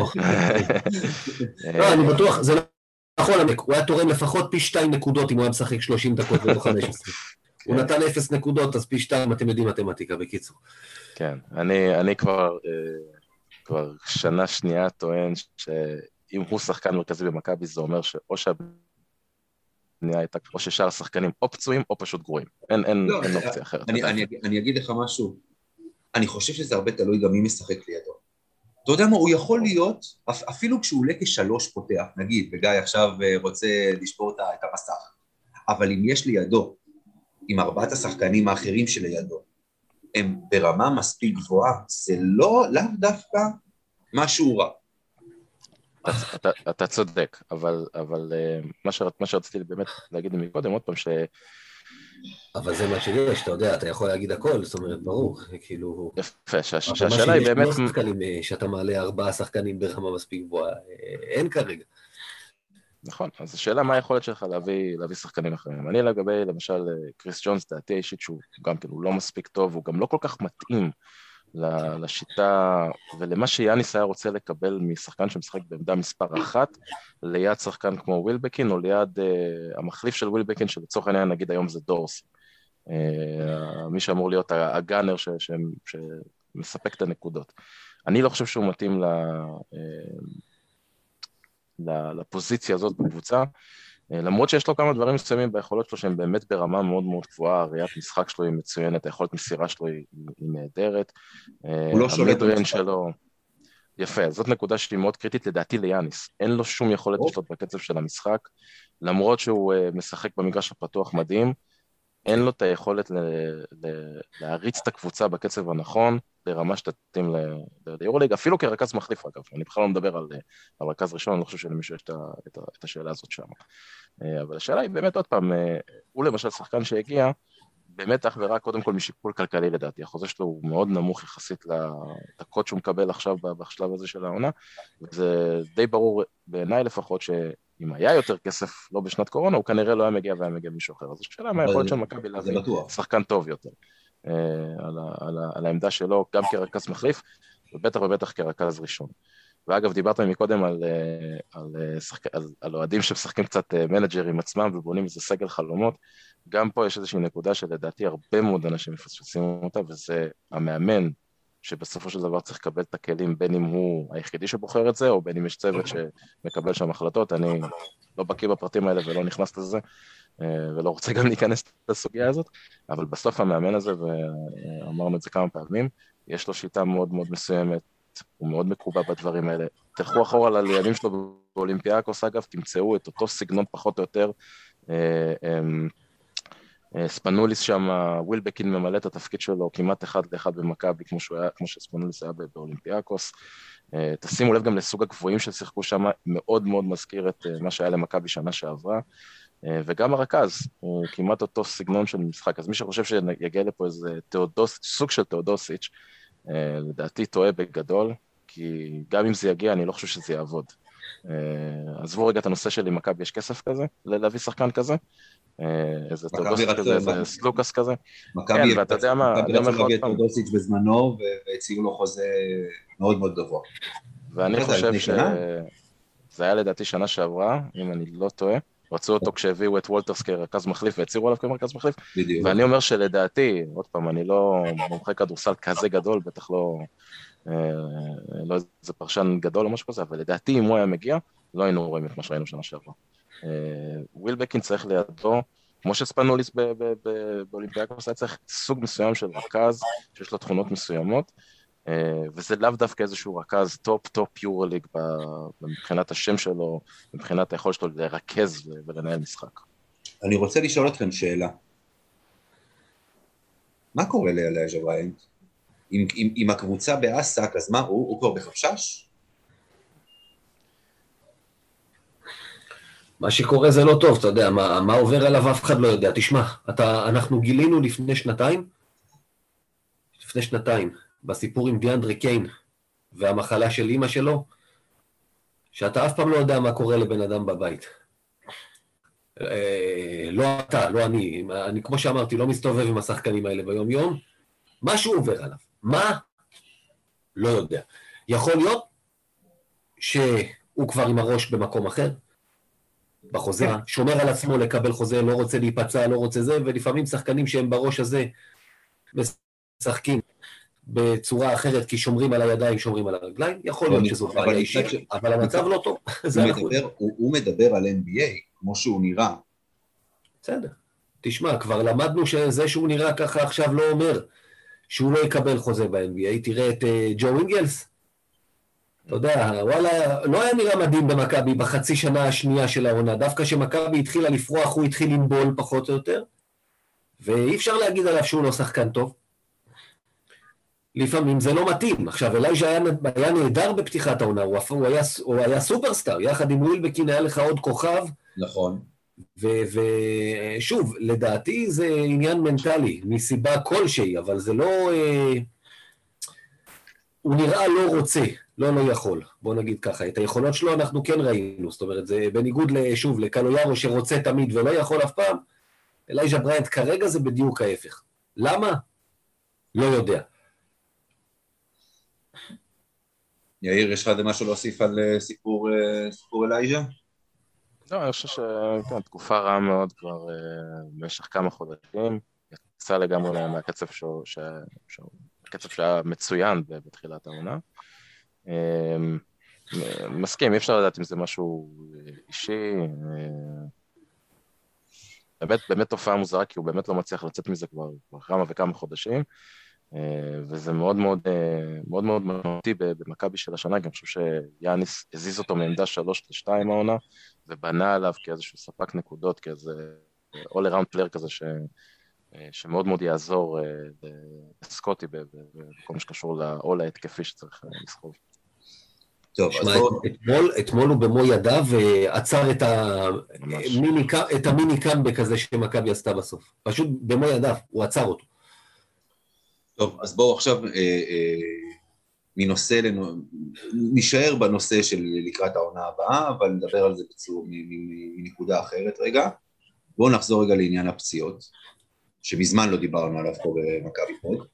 לא, אני בטוח, זה נכון, הוא היה תורם לפחות פי 2 נקודות אם הוא היה משחק 30 דקות ולא 15. הוא נתן 0 נקודות, אז פי 2 אתם יודעים מתמטיקה בקיצור. כן, אני כבר שנה שנייה טוען שאם הוא שחקן מרכזי במכבי, זה אומר שאו או ששאר השחקנים או פצועים או פשוט גרועים. אין אופציה אחרת. אני אגיד לך משהו. אני חושב שזה הרבה תלוי גם מי משחק לידו. אתה יודע מה, הוא יכול להיות, אפילו כשהוא עולה כ3 פותח, נגיד, וגיא עכשיו רוצה לשבור את המסך, אבל אם יש לידו, עם 4 השחקנים האחרים שלידו, הם ברמה מספיק גבוהה, זה לאו דווקא משהו רע. אתה צודק, אבל מה שרציתי באמת להגיד מקודם, עוד פעם אבל זה מה שיש, אתה יודע, אתה יכול להגיד הכל, זאת אומרת, ברור, כאילו... יפה, שהשאלה היא באמת... שאתה מעלה 4 שחקנים ברמה מספיק גבוהה, אין כרגע. נכון, אז השאלה מה היכולת שלך להביא שחקנים אחרים. אני לגבי, למשל, קריס ג'ונס, דעתי האישית שהוא גם כן, הוא לא מספיק טוב, הוא גם לא כל כך מתאים לשיטה ולמה שיאניס היה רוצה לקבל משחקן שמשחק בעמדה מספר 1, ליד שחקן כמו ווילבקין, או ליד המחליף של ווילבקין, שלצורך העניין נגיד היום זה דורסי. מי שאמור להיות הגאנר שמספק את הנקודות. אני לא חושב שהוא מתאים לפוזיציה הזאת בקבוצה, למרות שיש לו כמה דברים מסוימים ביכולות שלו שהם באמת ברמה מאוד מאוד גבוהה, הראיית משחק שלו היא מצוינת, היכולת מסירה שלו היא נהדרת, הוא לא שולט המידריין שלו, יפה, זאת נקודה שהיא מאוד קריטית לדעתי ליאניס, אין לו שום יכולת לשלוט בקצב של המשחק, למרות שהוא משחק במגרש הפתוח מדהים, אין לו את היכולת להריץ את הקבוצה בקצב הנכון, ברמה שתתאים ליורוליג, אפילו כרכז מחליף אגב, אני בכלל לא מדבר על רכז ראשון, אני לא חושב שלמישהו יש את השאלה הזאת שם. אבל השאלה היא באמת עוד פעם, הוא למשל שחקן שהגיע, באמת אך ורק קודם כל משיקול כלכלי לדעתי, החוזה שלו הוא מאוד נמוך יחסית לדקות שהוא מקבל עכשיו בשלב הזה של העונה, וזה די ברור בעיניי לפחות שאם היה יותר כסף לא בשנת קורונה, הוא כנראה לא היה מגיע והיה מגיע מישהו אחר, אז השאלה מה היכולת של מכבי להביא שחקן טוב יותר על העמדה שלו, גם כרכז מחליף, ובטח ובטח כרכז ראשון. ואגב, דיברת מקודם על אוהדים שמשחקים קצת מנג'רים עצמם ובונים איזה סגל חלומות, גם פה יש איזושהי נקודה שלדעתי הרבה מאוד אנשים מפספסים אותה, וזה המאמן שבסופו של דבר צריך לקבל את הכלים, בין אם הוא היחידי שבוחר את זה, או בין אם יש צוות שמקבל שם החלטות. אני לא בקיא בפרטים האלה ולא נכנס לזה, ולא רוצה גם להיכנס לסוגיה הזאת, אבל בסוף המאמן הזה, ואמרנו את זה כמה פעמים, יש לו שיטה מאוד מאוד מסוימת, הוא מאוד מקובע בדברים האלה. תלכו אחורה לימים שלו באולימפיאקוס, אגב, תמצאו את אותו סגנון פחות או יותר, ספנוליס שם, ווילבקין ממלא את התפקיד שלו כמעט אחד לאחד במכבי, כמו שספנוליס היה באולימפיאקוס. תשימו לב גם לסוג הגבוהים ששיחקו שם, מאוד מאוד מזכיר את מה שהיה למכבי שנה שעברה, וגם הרכז, הוא כמעט אותו סגנון של משחק, אז מי שחושב שיגיע לפה איזה סוג של תאודוסיץ', לדעתי טועה בגדול, כי גם אם זה יגיע, אני לא חושב שזה יעבוד. עזבו רגע את הנושא שלי, מכבי יש כסף כזה, להביא שחקן כזה, איזה תאודוסיץ' כזה, איזה סלוקס כזה. מכבי רצו להביא את תאודוסיץ' בזמנו, והציעו לו חוזה מאוד מאוד גבוה. ואני חושב שזה היה לדעתי שנה שעברה, אם אני לא טועה, רצו אותו כשהביאו את וולטרס כרכז מחליף, והצירו עליו כמרכז מחליף, ואני אומר שלדעתי, עוד פעם, אני לא מומחה כדורסל כזה גדול, בטח לא איזה פרשן גדול או משהו כזה, אבל לדעתי אם הוא היה מגיע, לא היינו רואים את מה שראינו שנה שעברה. ווילבקין צריך לידו, כמו שספנוליס באולימפיאקוס, היה צריך סוג מסוים של רכז, שיש לו תכונות מסוימות, וזה לאו דווקא איזשהו רכז טופ יורוליג מבחינת השם שלו, מבחינת היכולת שלו לרכז ולנהל משחק. אני רוצה לשאול אתכם שאלה. מה קורה לאליג'ה בריינט? אם הקבוצה באסק, אז מה, הוא כבר בחשש? מה שקורה זה לא טוב, אתה יודע, מה עובר עליו אף אחד לא יודע. תשמע, אנחנו גילינו לפני שנתיים, בסיפור עם דיאנדרי קיין והמחלה של אמא שלו, שאתה אף פעם לא יודע מה קורה לבן אדם בבית. לא אתה, לא אני, כמו שאמרתי, לא מסתובב עם השחקנים האלה ביום יום, משהו עובר עליו. מה? לא יודע. יכול להיות שהוא כבר עם הראש במקום אחר, בחוזה, שומר על עצמו לקבל חוזה, לא רוצה להיפצע, לא רוצה זה, ולפעמים שחקנים שהם בראש הזה משחקים בצורה אחרת, כי שומרים על הידיים, שומרים על הרגליים, יכול להיות שזו בעיה אישית, אבל המצב לא טוב. הוא מדבר על NBA, כמו שהוא נראה. בסדר. תשמע, כבר למדנו שזה שהוא נראה ככה עכשיו לא אומר שהוא לא יקבל חוזה ב-NBA. תראה את ג'ו אינגלס. אתה יודע, וואלה, לא היה נראה מדהים במכבי בחצי שנה השנייה של העונה. דווקא שמכבי התחילה לפרוח, הוא התחיל לנבול פחות או יותר, ואי אפשר להגיד עליו שהוא לא שחקן טוב. לפעמים זה לא מתאים. עכשיו, אליג'ה היה נהדר בפתיחת העונה, הוא היה סופרסטאר, יחד עם ווילבקין היה לך עוד כוכב. נכון. ושוב, לדעתי זה עניין מנטלי, מסיבה כלשהי, אבל זה לא... הוא נראה לא רוצה, לא יכול, בוא נגיד ככה. את היכולות שלו אנחנו כן ראינו, זאת אומרת, זה בניגוד שוב, לקלויארו שרוצה תמיד ולא יכול אף פעם, אלייג'ה בריינט כרגע זה בדיוק ההפך. למה? לא יודע. יאיר, יש לך משהו להוסיף על סיפור אלייג'ה? לא, אני חושב שכן, תקופה רעה מאוד כבר במשך כמה חודשים, יצא לגמרי מהקצב הקצב שהיה מצוין בתחילת העונה. מסכים, אי אפשר לדעת אם זה משהו אישי, באמת תופעה מוזרה, כי הוא באמת לא מצליח לצאת מזה כבר כמה וכמה חודשים, וזה מאוד מאוד משמעותי במכבי של השנה, גם חושב שיאניס הזיז אותו מעמדה 3-2 העונה, ובנה עליו כאיזשהו ספק נקודות, כאיזה all around player כזה שמאוד מאוד יעזור לסקוטי בכל מה שקשור לעול ההתקפי שצריך לסחוב. טוב, שמה, אתמול הוא במו ידיו ועצר את המיני קאמבק הזה שמכבי עשתה בסוף. פשוט במו ידיו, הוא עצר אותו. טוב, אז בואו עכשיו נשאר בנושא של לקראת העונה הבאה, אבל נדבר על זה מנקודה אחרת רגע. בואו נחזור רגע לעניין הפציעות, שמזמן לא דיברנו עליו פה במכבי פוד.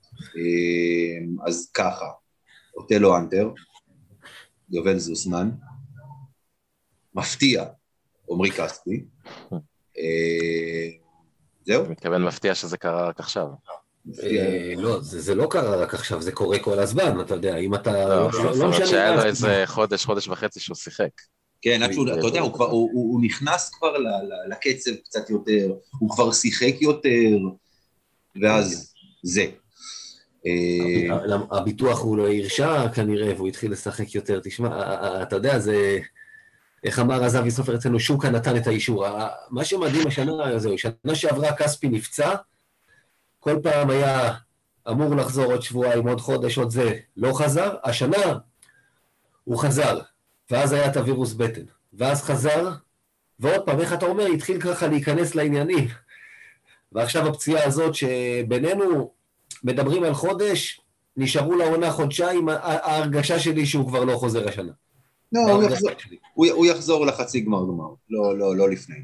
אז ככה, אוטלו אנטר, יובל זוסמן, מפתיע, עומרי כספי, זהו? אני מתכוון מפתיע שזה קרה רק עכשיו. לא, זה לא קרה רק עכשיו, זה קורה כל הזמן, אתה יודע, אם אתה... זאת אומרת שהיה לו איזה חודש וחצי שהוא שיחק. כן, אתה יודע, הוא נכנס כבר לקצב קצת יותר, הוא כבר שיחק יותר, ואז זה. הביטוח הוא לא הרשע כנראה, והוא התחיל לשחק יותר, תשמע, אתה יודע, זה... איך אמר אז אבי סופר אצלנו, שוקה נתן את האישור. מה שמדהים השנה זהו, שנה שעברה כספי נפצע, כל פעם היה אמור לחזור עוד שבועיים, עוד חודש, עוד זה, לא חזר. השנה הוא חזר, ואז היה את הווירוס בטן, ואז חזר, ועוד פעם, איך אתה אומר, התחיל ככה להיכנס לעניינים. ועכשיו הפציעה הזאת שבינינו מדברים על חודש, נשארו לעונה חודשיים, ההרגשה שלי שהוא כבר לא חוזר השנה. לא, הוא יחזור לחצי גמר, לא לפני.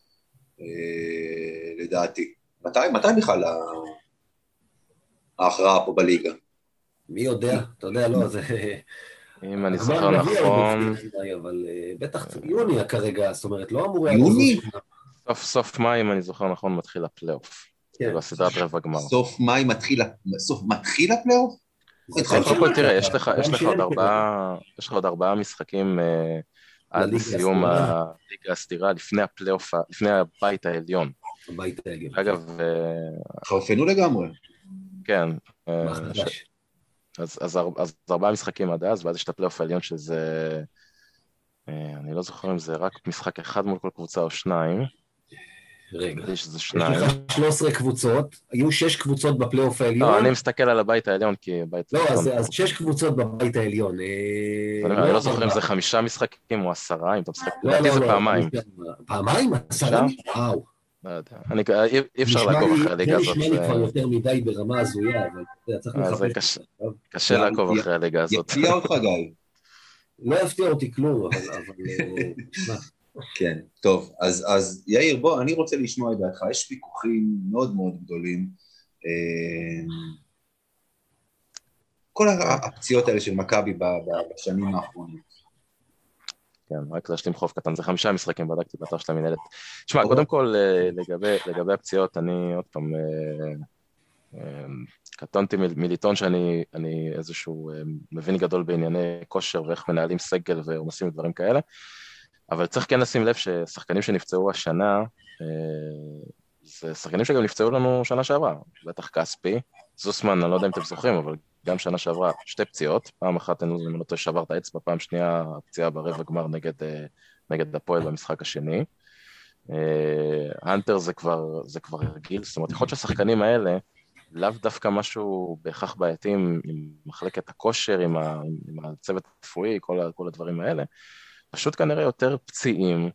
לדעתי. מתי בכלל ההכרעה פה בליגה? מי יודע? אתה יודע, לא, זה... אם אני זוכר נכון... אבל בטח יוני כרגע, זאת אומרת, לא אמור... יוני? סוף מאי, אם אני זוכר נכון, מתחיל הפלייאוף. זה בסדרת רבע גמר. סוף מאי מתחיל הפלייאוף? קודם כל תראה, יש לך עוד 4 משחקים עד סיום הליגה הסדירה, לפני הפלייאוף, לפני הבית העליון. הבית העליון. אגב... חרפנו לגמרי. כן. אז 4 משחקים עד אז, ואז יש את הפלייאוף העליון שזה... אני לא זוכר אם זה רק משחק אחד מול כל קבוצה או 2. רגע, יש לך 13 קבוצות, היו 6 קבוצות בפלייאוף העליון. לא, אני מסתכל על הבית העליון, כי בית... לא, אז 6 קבוצות בבית העליון. אני לא זוכר אם זה 5 משחקים או 10, אם אתה משחק... לדעתי זה פעמיים. פעמיים? 10? וואו. לא יודע, אי אפשר לעקוב אחרי הליגה הזאת. זה נשמע לי כבר יותר מדי ברמה הזויה, אבל צריך לחפש. קשה לעקוב אחרי הליגה הזאת. יפתיע אותך, גיא. לא יפתיע אותי כלום, אבל... כן, טוב, אז יאיר, בוא, אני רוצה לשמוע את דעתך, יש ויכוחים מאוד מאוד גדולים, כל הפציעות האלה של מכבי בשנים האחרונות. כן, רק להשלים חוף קטן, זה 5 משחקים, בדקתי באתר של המנהלת. תשמע, קודם כל, לגבי הפציעות, אני עוד פעם, קטונתי מליטון שאני איזשהו מבין גדול בענייני כושר, ואיך מנהלים סגל ועומסים ודברים כאלה, אבל צריך כן לשים לב ששחקנים שנפצעו השנה, זה שחקנים שגם נפצעו לנו שנה שעברה, בטח כספי, זוסמן, אני לא יודע אם אתם זוכרים, אבל גם שנה שעברה 2 פציעות, פעם אחת אני לא שבר את האצבע, פעם שנייה הפציעה ברבע גמר נגד הפועל במשחק השני. הנטר זה כבר רגיל, זאת אומרת, יכול להיות שהשחקנים האלה, לאו דווקא משהו בהכרח בעייתי עם מחלקת הכושר, עם הצוות הרפואי, כל הדברים האלה, פשוט כנראה יותר פציעים,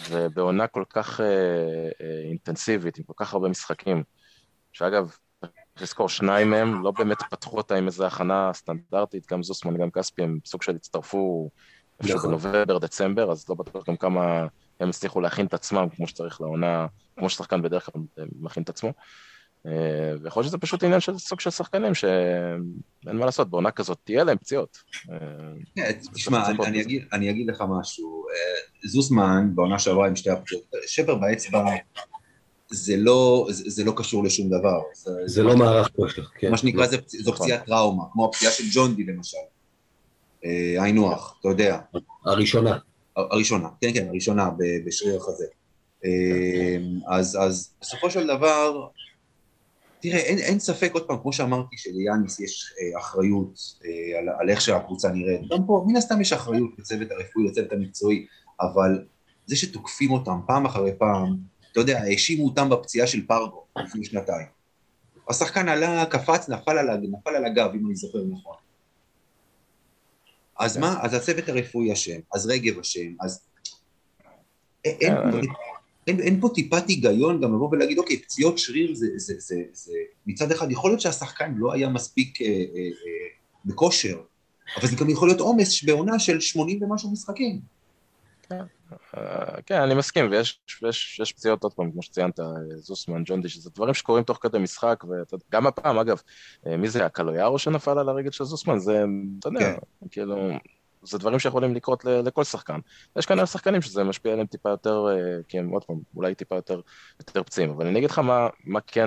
ובעונה כל כך אינטנסיבית, עם כל כך הרבה משחקים, שאגב, צריך לזכור, שניים מהם לא באמת פתחו אותה עם איזו הכנה סטנדרטית, גם זוסמן, גם כספי, הם סוג של הצטרפו איפשהו בנובמבר, דצמבר, אז לא בטוח גם כמה הם הצליחו להכין את עצמם כמו שצריך לעונה, כמו ששחקן בדרך כלל מכין את עצמו. ויכול להיות שזה פשוט עניין של סוג של שחקנים שאין מה לעשות, בעונה כזאת תהיה להם פציעות. תשמע, אני אגיד לך משהו, זוסמן בעונה שעברה עם שתי הפציעות, שבר באצבע זה לא קשור לשום דבר. זה לא מערך כושר, כן. מה שנקרא זו פציעת טראומה, כמו הפציעה של ג'ונדי למשל. היינו אח, אתה יודע. הראשונה, כן, הראשונה בשריר החזה. אז בסופו של דבר, תראה, אין ספק עוד פעם, כמו שאמרתי, שליאניס יש אחריות על איך שהקבוצה נראית. גם פה, מן הסתם יש אחריות לצוות הרפואי, לצוות המקצועי, אבל זה שתוקפים אותם פעם אחרי פעם, אתה יודע, האשימו אותם בפציעה של פרגו לפני שנתיים. השחקן עלה, קפץ, נפל על הגב, אם אני זוכר נכון. אז מה? אז הצוות הרפואי אשם, אז רגב אשם, אז אין פה טיפת היגיון גם לבוא ולהגיד, אוקיי, פציעות שריר זה מצד אחד, יכול להיות שהשחקן לא היה מספיק בכושר, אבל זה גם יכול להיות עומס בעונה של 80 ומשהו משחקים. כן, אני מסכים, ויש פציעות עוד פעם, כמו שציינת, זוסמן, ג'ונדי, שזה דברים שקורים תוך כדי משחק, וגם הפעם, אגב, מי זה, הקלויארו שנפל על הרגל של זוסמן, זה, אתה יודע, כאילו, זה דברים שיכולים לקרות לכל שחקן. יש כאן שחקנים שזה משפיע עליהם טיפה יותר, כי הם עוד פעם, אולי טיפה יותר פציעים, אבל אני אגיד לך מה כן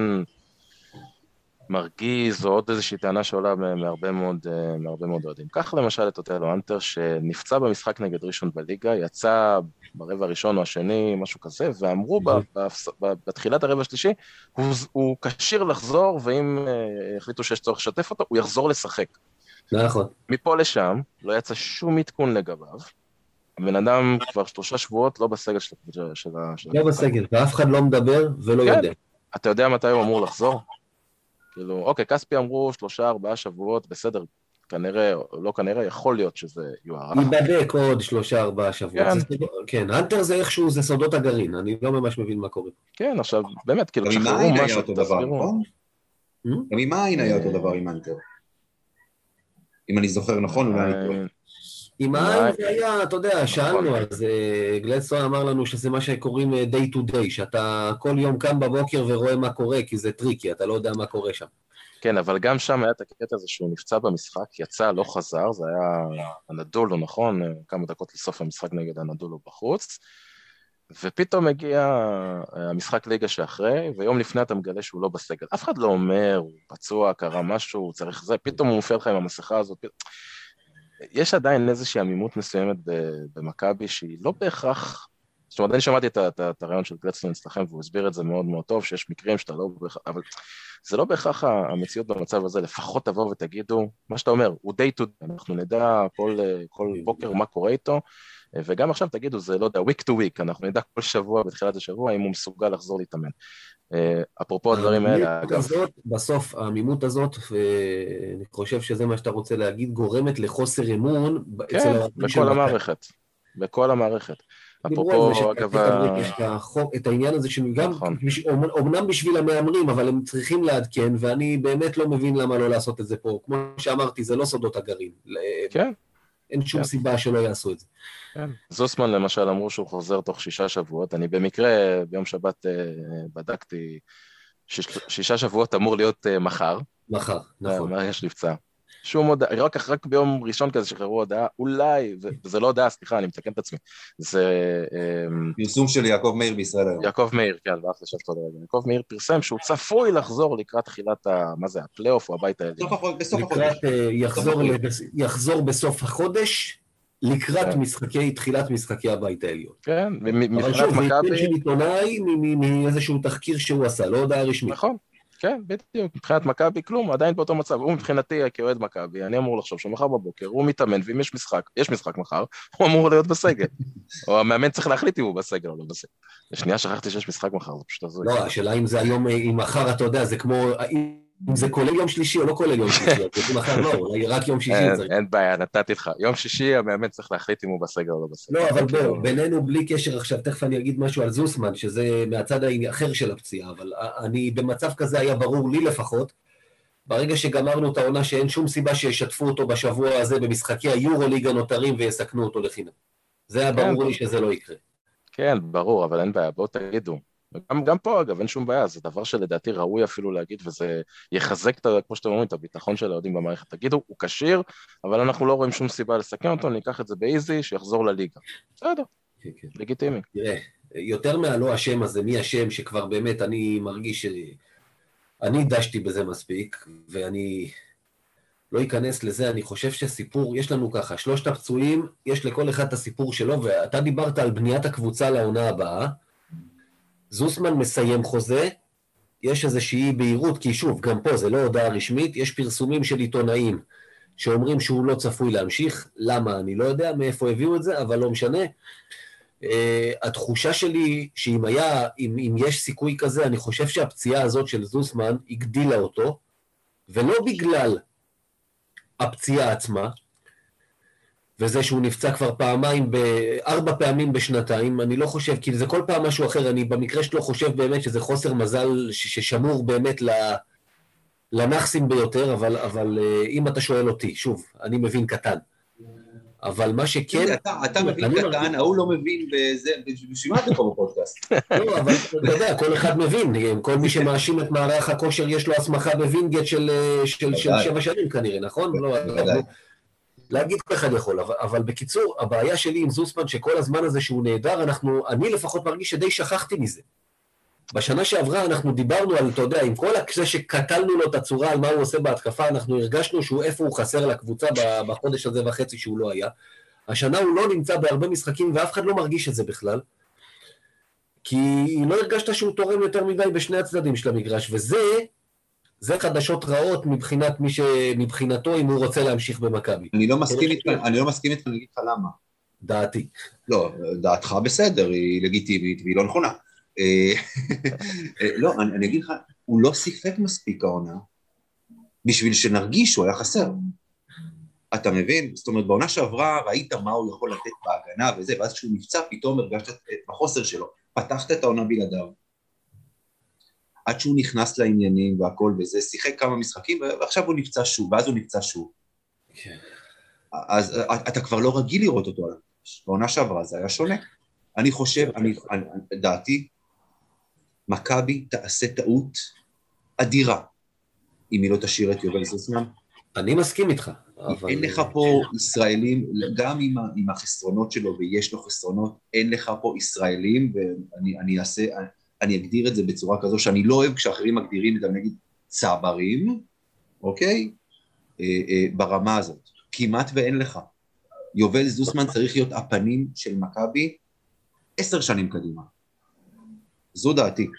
מרגיז, או עוד איזושהי טענה שעולה מהרבה מאוד אוהדים. כך למשל את אוטלו אנטר, שנפצע במשחק נגד ראשון בליגה, יצא ברבע הראשון או השני, משהו כזה, ואמרו בתחילת הרבע השלישי, הוא כשיר לחזור, ואם החליטו שיש צורך לשתף אותו, הוא יחזור לשחק. נכון. מפה לשם, לא יצא שום עדכון לגביו, הבן אדם כבר 3 שבועות לא בסגל של לא בסגל, ואף אחד לא מדבר ולא יודע. אתה יודע מתי הוא אמור לחזור? כאילו, אוקיי, כספי אמרו 3-4 שבועות, בסדר, כנראה, לא כנראה, יכול להיות שזה יוארך. ייבדק עוד 3-4 שבועות. כן, אנטר זה איכשהו, זה סודות הגרעין, אני לא ממש מבין מה קורה. כן, עכשיו, באמת, כאילו, שחררו משהו, תסבירו. גם עם העין היה אותו דבר עם אנטר. אם אני זוכר נכון, אולי אני טועה. עם העין זה היה, אתה יודע, שאלנו, אז גלדסטון אמר לנו שזה מה שקוראים day to day, שאתה כל יום קם בבוקר ורואה מה קורה, כי זה טריקי, אתה לא יודע מה קורה שם. כן, אבל גם שם היה את הקטע הזה שהוא נפצע במשחק, יצא, לא חזר, זה היה הנדולו, נכון? כמה דקות לסוף המשחק נגד הנדולו בחוץ, ופתאום הגיע המשחק ליגה שאחרי, ויום לפני אתה מגלה שהוא לא בסגל. אף אחד לא אומר, הוא פצוע, קרה משהו, הוא צריך זה, פתאום הוא מופיע לך עם המסכה הזאת. יש עדיין איזושהי עמימות מסוימת במכבי שהיא לא בהכרח, זאת אומרת, אני שמעתי את הרעיון של גלדסטון אצלכם, והוא הסביר את זה מאוד מאוד טוב, שיש מקרים שאתה לא בהכרח, אבל זה לא בהכרח המציאות במצב הזה, לפחות תבואו ותגידו, מה שאתה אומר, הוא day to day, אנחנו נדע כל בוקר מה קורה איתו, וגם עכשיו תגידו, זה לא יודע, week to week, אנחנו נדע כל שבוע בתחילת השבוע, אם הוא מסוגל לחזור להתאמן. אפרופו הדברים האלה, אגב. בסוף, העמימות הזאת, ואני חושב שזה מה שאתה רוצה להגיד, גורמת לחוסר אמון. כן, בכל המערכת. אפרופו, אגב... יש את העניין הזה שגם, אומנם בשביל המאמרים, אבל הם צריכים לעדכן, ואני באמת לא מבין למה לא לעשות את זה פה. כמו שאמרתי, זה לא סודות הגרעין. כן. אין שום סיבה שלא יעשו את זה. כן. זוסמן למשל אמרו שהוא חוזר תוך 6 שבועות, אני במקרה ביום שבת בדקתי 6 שבועות אמור להיות מחר. מחר, נכון. מהרגע שנפצע. שום הודעה, רק ביום ראשון כזה שחררו הודעה, אולי, וזה לא הודעה, סליחה, אני מתקן את עצמי, זה... פרסום של יעקב מאיר בישראל היום. יעקב מאיר, כן, ואף לשבת עוד רגע. יעקב מאיר פרסם שהוא צפוי לחזור לקראת תחילת, מה זה, הפלייאוף או הבית העליון. בסוף החודש. יחזור בסוף החודש, לקראת תחילת משחקי הבית העליון. כן, מבחינת מכבי... אבל שוב, זה עיתון של עיתונאי מאיזשהו תחקיר שהוא עשה, לא הודעה רשמית. נכון. כן, בדיוק, מבחינת מכבי כלום, עדיין באותו מצב, הוא מבחינתי כאוהד מכבי, אני אמור לחשוב שמחר בבוקר הוא מתאמן, ואם יש משחק מחר, הוא אמור להיות בסגל, או המאמן צריך להחליט אם הוא בסגל או לא בסגל. לשנייה שכחתי שיש משחק מחר, זה פשוט הזוי. לא, השאלה אם זה היום, אם מחר אתה יודע, זה כמו, אם זה כולל יום שלישי או לא כולל יום שלישי, זה מחר לא, רק יום שישי. אין בעיה, נתתי לך, יום שישי המאמן צריך להחליט אם הוא בסגל או לא בסגל. לא, אבל בואו, בינינו בלי קשר עכשיו, תכף אני אגיד משהו על זוסמן, שזה מהצד האחר של הפציעה, אבל אני במצב כזה היה ברור לי לפחות, ברגע שגמרנו את העונה שאין שום סיבה שישתפו אותו בשבוע הזה במשחקי היורו-ליג הנותרים ויסכנו אותו לחינם. זה היה ברור לי שזה לא יקרה. כן, ברור, אבל אין בעיה, בואו תגידו. גם פה, אגב, אין שום בעיה, זה דבר שלדעתי ראוי אפילו להגיד, וזה יחזק, כמו שאתם אומרים, את הביטחון של האוהדים במערכת. תגידו, הוא כשיר, אבל אנחנו לא רואים שום סיבה לסכן אותו, ניקח את זה באיזי, שיחזור לליגה. בסדר, לגיטימי. תראה, יותר מהלא השם הזה, מי השם שכבר באמת אני מרגיש אני דשתי בזה מספיק, ואני לא אכנס לזה, אני חושב שסיפור, יש לנו ככה, 3 הפצועים, יש לכל אחד את הסיפור שלו, ואתה דיברת על בניית הקבוצה לעונה הבאה, זוסמן מסיים חוזה, יש איזושהי בהירות, כי שוב, גם פה זה לא הודעה רשמית, יש פרסומים של עיתונאים שאומרים שהוא לא צפוי להמשיך, למה? אני לא יודע מאיפה הביאו את זה, אבל לא משנה. התחושה שלי אם יש סיכוי כזה, אני חושב שהפציעה הזאת של זוסמן הגדילה אותו, ולא בגלל הפציעה עצמה, וזה שהוא נפצע כבר 4 פעמים בשנתיים, אני לא חושב, כי זה כל פעם משהו אחר, אני במקרה שלו חושב באמת שזה חוסר מזל ששמור באמת לנחסים ביותר, אבל אם אתה שואל אותי, שוב, אני מבין קטן. אבל מה שכן... אתה מבין קטן, ההוא לא מבין בזה, בשביל מה אתה פה בפודקאסט? לא, אבל אתה יודע, כל אחד מבין, כל מי שמאשים את מערך הכושר יש לו הסמכה בווינגייט של 7 שנים כנראה, נכון? להגיד כל אחד יכול, אבל בקיצור, הבעיה שלי עם זוסמן שכל הזמן הזה שהוא נהדר, אני לפחות מרגיש שדי שכחתי מזה. בשנה שעברה אנחנו דיברנו על, אתה יודע, עם כל זה שקטלנו לו את הצורה על מה הוא עושה בהתקפה, אנחנו הרגשנו איפה הוא חסר לקבוצה בחודש הזה וחצי שהוא לא היה. השנה הוא לא נמצא בהרבה משחקים ואף אחד לא מרגיש את זה בכלל, כי לא הרגשת שהוא תורם יותר מדי בשני הצדדים של המגרש, זה חדשות רעות מבחינתו אם הוא רוצה להמשיך במכבי. אני לא מסכים איתך, אני אגיד לך למה. דעתי. לא, דעתך בסדר, היא לגיטימית והיא לא נכונה. לא, אני אגיד לך, הוא לא שיחק מספיק העונה, בשביל שנרגיש שהוא היה חסר. אתה מבין? זאת אומרת, בעונה שעברה ראית מה הוא יכול לתת בהגנה וזה, ואז כשהוא נפצע פתאום הרגשת את החוסר שלו. פתחת את העונה בלעדיו. עד שהוא נכנס לעניינים והכל וזה, שיחק כמה משחקים, ועכשיו הוא נפצע שוב, ואז הוא נפצע שוב. אז אתה כבר לא רגיל לראות אותו על המגרש. בעונה שעברה זה היה שונה. אני חושב, דעתי, מכבי תעשה טעות אדירה, אם היא לא תשאיר את יובל זוסמן. אני מסכים איתך. אין לך פה ישראלים, גם עם החסרונות שלו, ויש לו חסרונות, אין לך פה ישראלים, ואני אגדיר את זה בצורה כזו, שאני לא אוהב כשאחרים מגדירים את זה, נגיד צברים, אוקיי? ברמה הזאת. כמעט ואין לך. יובל זוסמן צריך להיות הפנים של מכבי 10 שנים קדימה. זו דעתי.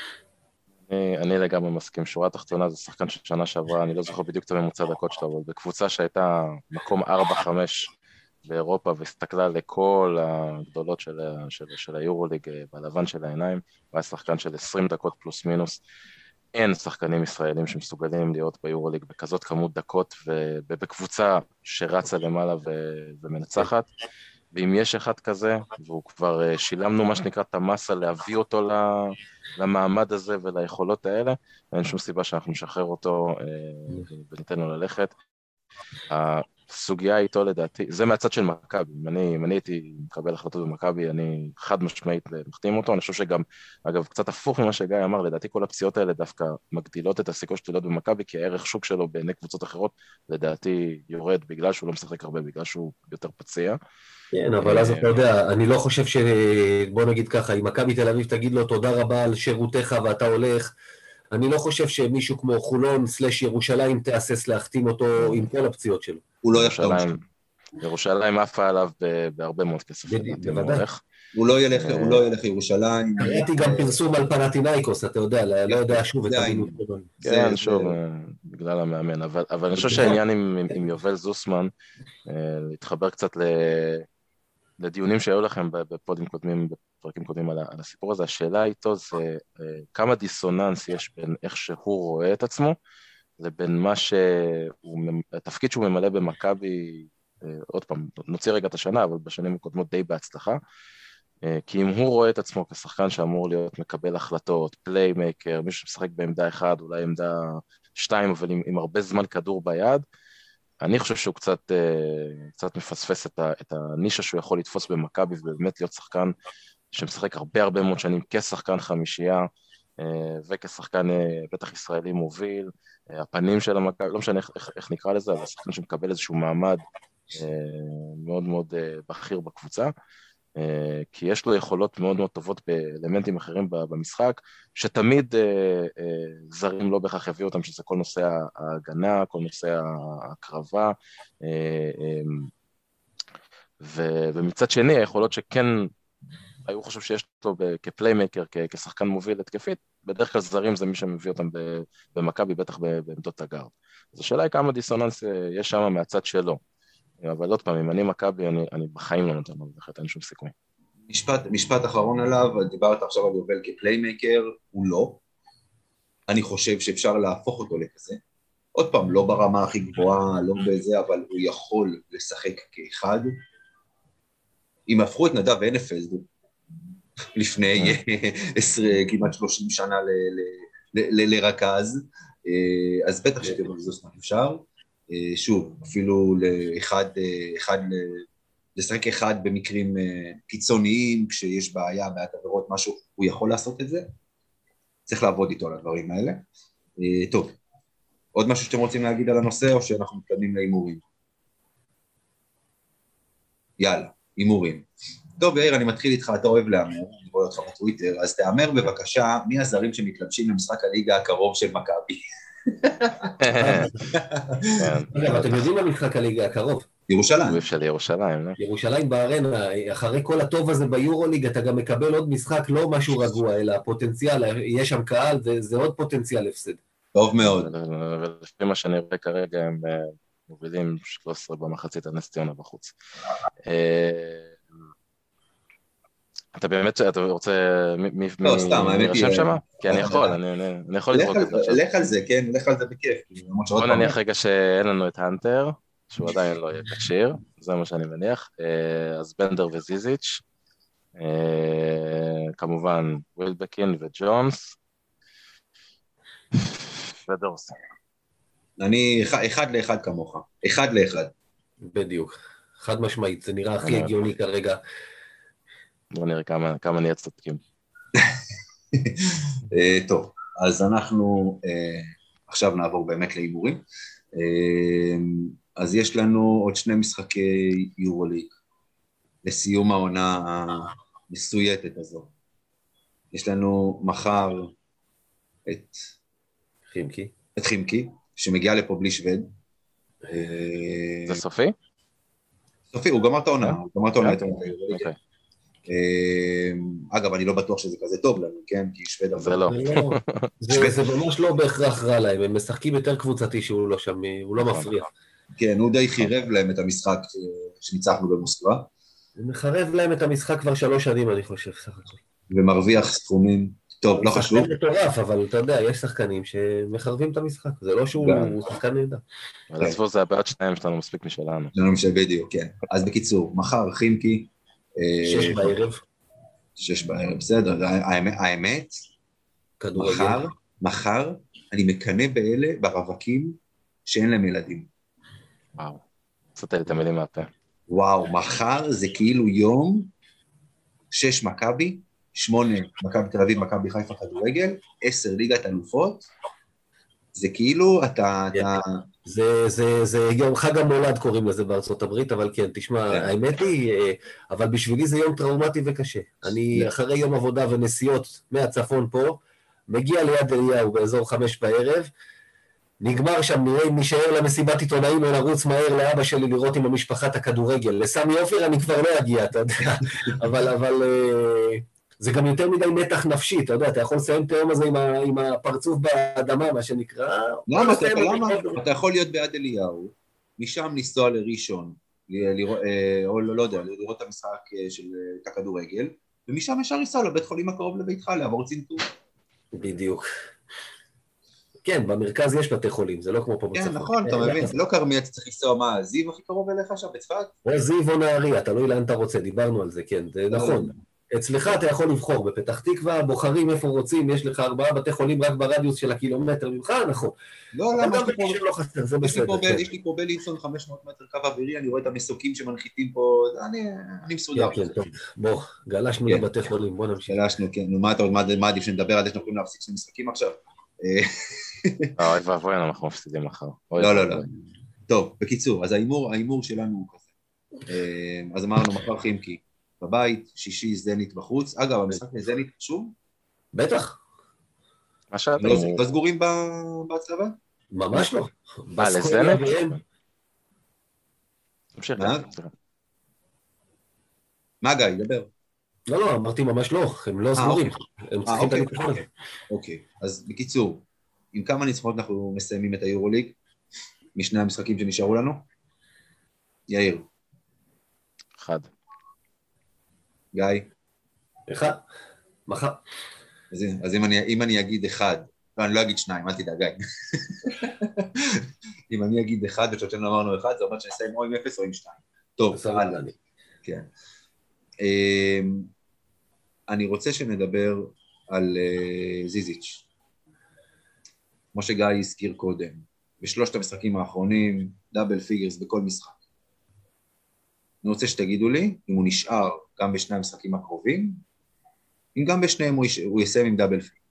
אני לגמרי מסכים. שורה תחתונה זה שחקן של שנה שעברה, אני לא זוכר בדיוק את הממוצע דקות שלו, אבל בקבוצה שהייתה מקום 4-5 באירופה, והסתכלה לכל הגדולות של היורוליג בלבן של העיניים, והיה שחקן של 20 דקות פלוס מינוס. אין שחקנים ישראלים שמסוגלים להיות ביורוליג בכזאת כמות דקות, ובקבוצה שרצה למעלה ומנצחת. ואם יש אחד כזה, והוא כבר שילמנו מה שנקרא את המסה להביא אותו למעמד הזה וליכולות האלה, אין שום סיבה שאנחנו נשחרר אותו וניתן לו ללכת. הסוגיה איתו לדעתי, זה מהצד של מכבי, אם אני הייתי מקבל החלטות במכבי, אני חד משמעית מחתים אותו, אני חושב שגם, אגב, קצת הפוך ממה שגיא אמר, לדעתי כל הפציעות האלה דווקא מגדילות את הסיכוי שלו להיות במכבי, כי הערך שוק שלו בעיני קבוצות אחרות, לדעתי יורד בגלל שהוא לא משחק הרבה, בגלל שהוא יותר פציע. כן, אבל אז אתה יודע, אני לא חושב בוא נגיד ככה, אם מכבי תל אביב תגיד לו תודה רבה על שירותיך ואתה הולך, אני לא חושב שמישהו כמו חולון / ירושלים תאסס להחתים אותו עם כל הפציעות שלו. הוא לא יחתום. ירושלים עפה עליו בהרבה מאוד כסף. בוודאי. הוא לא ילך לירושלים. ראיתי גם פרסום על פנתינאיקוס, אתה יודע, לא יודע שוב את המינוס. כן, שוב, בגלל המאמן. אבל אני חושב שהעניין עם יובל זוסמן, להתחבר קצת לדיונים שהיו לכם בפרקים קודמים על הסיפור הזה, השאלה איתו זה כמה דיסוננס יש בין איך שהוא רואה את עצמו, לבין התפקיד שהוא ממלא במכבי, עוד פעם, נוציא רגע את השנה, אבל בשנים הקודמות די בהצלחה, כי אם הוא רואה את עצמו כשחקן שאמור להיות מקבל החלטות, פליימייקר, מישהו שמשחק בעמדה אחד, אולי עמדה 2, אבל עם הרבה זמן כדור ביד, אני חושב שהוא קצת מפספס את הנישה שהוא יכול לתפוס במכבי, ובאמת להיות שחקן שמשחק הרבה מאוד שנים כשחקן חמישייה, וכשחקן בטח ישראלי מוביל, הפנים של המכבי, לא משנה איך נקרא לזה, אבל שחקן שמקבל איזשהו מעמד מאוד מאוד בכיר בקבוצה, כי יש לו יכולות מאוד מאוד טובות באלמנטים אחרים במשחק, שתמיד זרים לא בהכרח יביאו אותם, שזה כל נושא ההגנה, כל נושא הקרבה, ומצד שני, היכולות שכן היו חושב שיש לו כפליימקר, כשחקן מוביל התקפית, בדרך כלל זרים זה מי שמביא אותם במכבי, בטח בעמדות הגארד. אז השאלה היא כמה דיסוננס יש שם מהצד שלו. אבל עוד פעם, אם אני מכבי, אני בחיים לא נותן לו, אחרת אין שום סיכוי. משפט אחרון עליו, דיברת עכשיו על יובל כפליימקר, הוא לא. אני חושב שאפשר להפוך אותו לכזה. עוד פעם, לא ברמה הכי גבוהה, לא בזה, אבל הוא יכול לשחק כאחד. אם הפכו את נדב הנפלד, לפני כמעט 30 שנה לרכז, אז בטח שתבזוס אפשר. שוב, אפילו לשחק אחד במקרים קיצוניים, כשיש בעיית עבירות, משהו, הוא יכול לעשות את זה. צריך לעבוד איתו על הדברים האלה. טוב, עוד משהו שאתם רוצים להגיד על הנושא, או שאנחנו מתקדמים להימורים? יאללה, הימורים. טוב, יאיר, אני מתחיל איתך, אתה אוהב להמר, אני רואה אותך בטוויטר, אז תאמר בבקשה, מי הזרים שמתלבשים למשחק הליגה הקרוב של מכבי? אבל אתם יודעים מה משחק הליגה הקרוב? ירושלים. של ירושלים, לא? ירושלים בארנה, אחרי כל הטוב הזה ביורוליג, אתה גם מקבל עוד משחק, לא משהו רגוע, אלא פוטנציאל, יש שם קהל, וזה עוד פוטנציאל הפסד. טוב מאוד. ולפי מה שאני רואה כרגע, הם מובילים 13 במחצית הנס ציונה בחוץ. אתה באמת, אתה רוצה, מי ירשם שמה? כי אני יכול, אני יכול לזרוק את זה. לך על זה, כן, לך על זה בכיף. בוא נניח רגע שאין לנו את האנטר, שהוא עדיין לא יהיה כשיר, זה מה שאני מניח, אז בנדר וזיזיץ', כמובן ווילבקין וג'ונס, ודורסי. אני 1-1 כמוך, 1-1. בדיוק, חד משמעית, זה נראה הכי הגיוני כרגע. בוא נראה כמה נהיה צודקים. טוב, אז אנחנו עכשיו נעבור באמת להימורים. אז יש לנו עוד 2 משחקי יורוליג לסיום העונה המסויטת הזו. יש לנו מחר את חימקי, שמגיע לפה בלי שווד. זה סופי? סופי, הוא גמר את העונה, אוקיי. אגב, אני לא בטוח שזה כזה טוב לנו, כן? כי שווד... זה לא. זה ממש לא בהכרח רע להם, הם משחקים יותר קבוצתי שהוא לא שם, הוא לא מפריע. כן, הוא די חירב להם את המשחק שניצחנו במוסקבה. הוא מחרב להם את המשחק כבר 3 שנים, אני חושב, סך הכל. ומרוויח סכומים, טוב, לא חשוב. זה מטורף, אבל אתה יודע, יש שחקנים שמחרבים את המשחק, זה לא שהוא שחקן נהדר. אבל עזבו, זה הבעיות שלהם שלנו מספיק משלנו. בדיוק, כן. אז בקיצור, מחר חימקי, 6 בערב. 6 בערב, בסדר. האמת, מחר אני מקנא באלה, ברווקים, שאין להם ילדים. וואו, קצת את המילים מהפה. וואו, מחר זה כאילו יום 6 מכבי, 8 מכבי תל אביב, מכבי חיפה כדורגל, 10 ליגת אלופות, זה כאילו אתה... זה יום חג המולד קוראים לזה בארצות הברית, אבל כן, תשמע, האמת היא, אבל בשבילי זה יום טראומטי וקשה. אני אחרי יום עבודה ונסיעות מהצפון פה, מגיע ליד אליהו באזור 5 בערב, נגמר שם, נראה אם נשאר למסיבת עיתונאים או לרוץ מהר לאבא שלי לראות עם המשפחת הכדורגל. לסמי אופיר אני כבר לא אגיע, אתה יודע, אבל זה גם יותר מדי מתח נפשי, אתה יודע, אתה יכול לסיים את היום הזה עם הפרצוף באדמה, מה שנקרא. למה? אתה יכול להיות ביד אליהו, משם לנסוע לראשון, או לא יודע, לראות את המשחק של הכדורגל, ומשם ישר לנסוע לבית חולים הקרוב לביתך, לעבור צנתור. בדיוק. כן, במרכז יש בתי חולים, זה לא כמו פה בצפון. כן, נכון, אתה מבין, זה לא כרמי, אתה צריך לנסוע מה, זיו הכי קרוב אליך שם בצפת? או זיו או נהריה, תלוי לאן אתה רוצה, דיברנו על זה, כן, זה נכון. אצלך אתה יכול לבחור, בפתח תקווה, בוחרים איפה רוצים, יש לך 4 בתי חולים רק ברדיוס של הקילומטר ממך, נכון. לא, אבל למה? גם בקשר לא חסר, זה בסדר. יש לי פה בלינסון 500 מטר קו אווירי, אני רואה את המסוקים שמנחיתים פה, אני מסודר. כן, טוב. בוא, גלשנו לבתי חולים, בוא נמשיך. גלשנו, כן. נו, מה עדיף שנדבר על זה שאנחנו יכולים להפסיק שני משחקים עכשיו? אוי ואבוי, אנחנו מפסידים מחר. לא. טוב, בקיצור, אז ההימור שלנו הוא כזה. אז אמרנו, מחר חימקי בבית, שישי זנית בחוץ. אגב, המשחק לזנית חשוב? בטח. מה שאתם... לא סגורים בהצלבה? ממש לא. לזנית? תמשיך. מה גיא, דבר. לא, אמרתי ממש לא, הם לא סגורים. הם צריכים את הניצחון הזה. אוקיי, אז בקיצור, עם כמה ניצחונות אנחנו מסיימים את היורוליג? משני המשחקים שנשארו לנו? יאיר. 1. גיא. 1. מחר. אז אם אני אגיד 1, לא, אני לא אגיד 2, אל תדאג, גיא. אם אני אגיד 1, ושאתם אמרנו 1, זה אומר שנסיים או עם 0 או עם 2. טוב, הלאה. כן. אני רוצה שנדבר על זיזיץ'. כמו שגיא הזכיר קודם, בשלושת המשחקים האחרונים, דאבל פיגרס בכל משחק. אני רוצה שתגידו לי אם הוא נשאר גם בשני המשחקים הקרובים, אם גם בשניהם הוא יסיים עם דאבל פיגרס.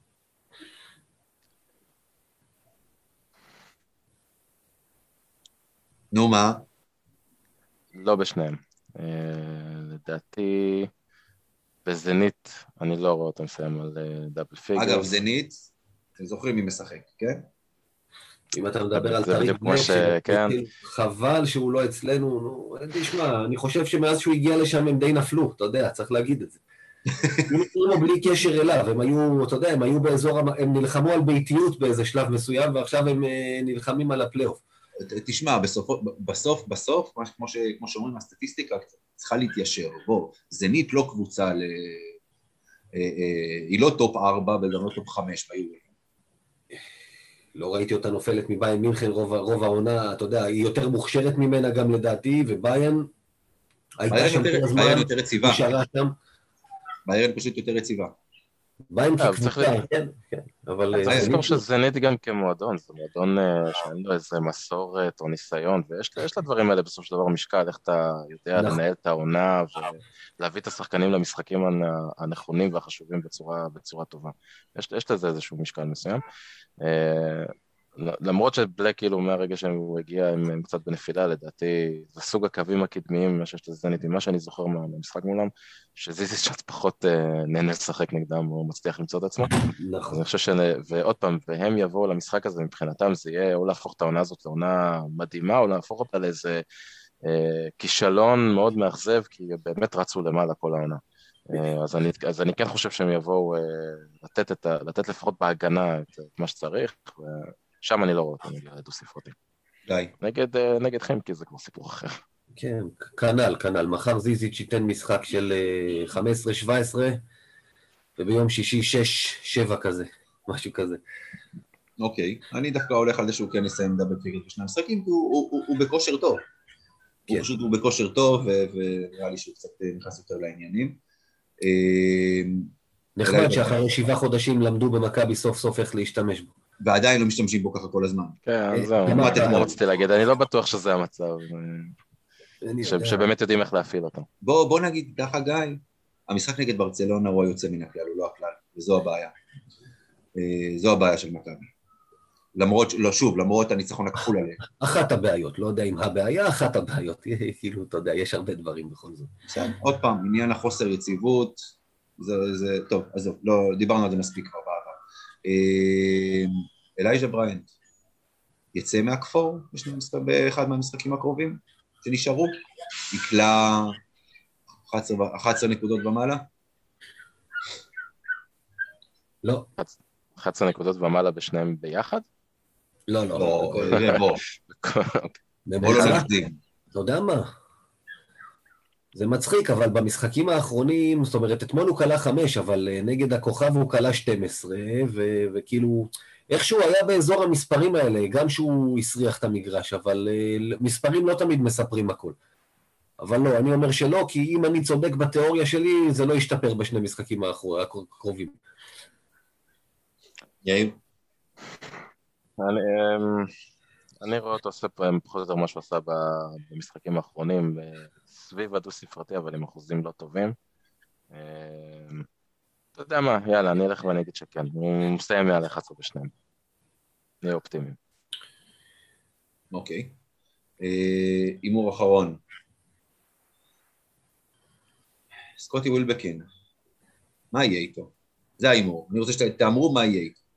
נו מה? לא בשניהם. לדעתי, בזנית, אני לא רואה אותם מסיים על דאבל פיגרס. אגב, זנית, אתם זוכרים מי משחק, כן? אם אתה מדבר על תריק חבל שהוא לא אצלנו, תשמע, אני חושב שמאז שהוא הגיע לשם הם די נפלו, אתה יודע, צריך להגיד את זה. הם בלי קשר אליו, הם היו, אתה יודע, הם היו באזור, הם נלחמו על ביתיות באיזה שלב מסוים, ועכשיו הם נלחמים על הפלייאוף. תשמע, בסוף, כמו שאומרים, הסטטיסטיקה צריכה להתיישר. בוא, זנית לא קבוצה, היא לא טופ 4 וגם לא טופ 5 ביורוליג. לא ראיתי אותה נופלת מביין מינכן רוב העונה, אתה יודע, היא יותר מוכשרת ממנה גם לדעתי, וביין הייתה שם כל הזמן, נשארה שם. ביין פשוט יותר רציבה. ביין כקבוצה, כן, אבל... צריך לזכור שזנית גם כמועדון, זה מועדון שאין לו איזה מסורת או ניסיון, ויש לדברים האלה בסוף של דבר משקל, איך אתה יודע לנהל את העונה, ולהביא את השחקנים למשחקים הנכונים והחשובים בצורה טובה. יש לזה איזשהו משקל מסוים. למרות שבלק כאילו מהרגע שהוא הגיע הם קצת בנפילה, לדעתי זה סוג הקווים הקדמיים מה שיש לזנית, ממה שאני זוכר מהמשחק מולם, שזיזיץ' קצת פחות נהנה לשחק נגדם או מצליח למצוא את עצמו. אז אני חושב ועוד פעם, והם יבואו למשחק הזה מבחינתם, זה יהיה או להפוך את העונה הזאת לעונה מדהימה, או להפוך אותה לאיזה כישלון מאוד מאכזב, כי באמת רצו למעלה כל העונה. אז אני כן חושב שהם יבואו לתת לפחות בהגנה את מה שצריך, שם אני לא רואה אותם נגד דו-ספרתי. נגד חימקי זה כבר סיפור אחר. כן, כנ"ל. מחר זיזיץ' ייתן משחק של 15-17, וביום שישי 6-7 כזה, משהו כזה. אוקיי, אני דווקא הולך על זה שהוא כן יסיים דאבל פיגרס בשני המשחקים, כי הוא בכושר טוב. הוא בכושר טוב, ונראה לי שהוא קצת נכנס יותר לעניינים. נחמד שאחרי 7 חודשים למדו במכבי סוף סוף איך להשתמש בו. ועדיין לא משתמשים בו ככה כל הזמן. כן, זהו, מה רציתי להגיד, אני לא בטוח שזה המצב, שבאמת יודעים איך להפעיל אותו. בוא נגיד ככה גיא, המשחק נגד ברצלונה הוא היוצא מן הכלל, הוא לא הכלל, וזו הבעיה. זו הבעיה של מכבי. למרות הניצחון הכפול עליהם. אחת הבעיות, לא יודע אם הבעיה, אחת הבעיות, כאילו, אתה יודע, יש הרבה דברים בכל זאת. עוד פעם, עניין החוסר יציבות, זה טוב, אז לא, דיברנו על זה מספיק כבר בעבר. אלייג'ה בריינט, יצא מהכפור באחד מהמשחקים הקרובים שנשארו, יקלה 11 נקודות ומעלה? לא. 11 נקודות ומעלה בשניהם ביחד? לא. בוא לא נקדים. אתה יודע מה? זה מצחיק, אבל במשחקים האחרונים, זאת אומרת, אתמול הוא קלה 5, אבל נגד הכוכב הוא קלה 12, וכאילו, איכשהו היה באזור המספרים האלה, גם שהוא הסריח את המגרש, אבל מספרים לא תמיד מספרים הכל. אבל לא, אני אומר שלא, כי אם אני צודק בתיאוריה שלי, זה לא ישתפר בשני משחקים הקרובים. יאיר? אני רואה אותו עושה פחות או יותר מה שהוא עשה במשחקים האחרונים, סביב הדו-ספרתי, אבל עם אחוזים לא טובים. אתה יודע מה, יאללה, אני אלך ואני אגיד שכן, הוא מסיים מעל 11 בשניים. נהיה אופטימיים. אוקיי. אימור אחרון. סקוטי ווילבקין, מה יהיה איתו? זה האימור, אני רוצה שתאמרו מה יהיה איתו.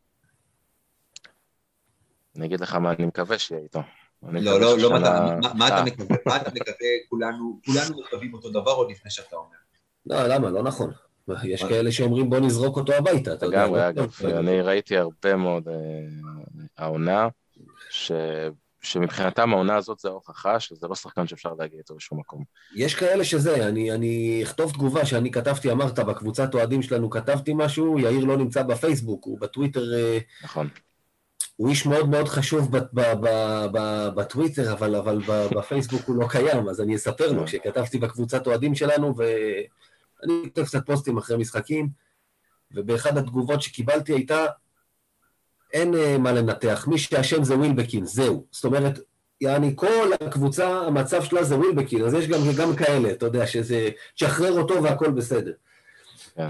אני אגיד לך מה אני מקווה שיהיה איתו. לא, מה אתה מקווה? מה אתה מקווה? כולנו מקווים אותו דבר עוד לפני שאתה אומר. לא, למה? לא נכון. יש כאלה שאומרים בוא נזרוק אותו הביתה, אתה יודע. לגמרי, אגב, אני ראיתי הרבה מאוד העונה, שמבחינתם העונה הזאת זה ההוכחה, שזה לא שחקן שאפשר להגיע איתו בשום מקום. יש כאלה שזה, אני אכתוב תגובה שאני כתבתי, אמרת, בקבוצת אוהדים שלנו כתבתי משהו, יאיר לא נמצא בפייסבוק, הוא בטוויטר... נכון. הוא איש מאוד מאוד חשוב בטוויטר, אבל בפייסבוק הוא לא קיים, אז אני אספר לו, שכתבתי בקבוצת אוהדים שלנו, ואני כתב קצת פוסטים אחרי משחקים, ובאחד התגובות שקיבלתי הייתה, אין מה לנתח, מי שהשם זה ווילבקין, זהו. זאת אומרת, יעני כל הקבוצה, המצב שלה זה ווילבקין, אז יש גם כאלה, אתה יודע, שזה, תשחרר אותו והכל בסדר. כן.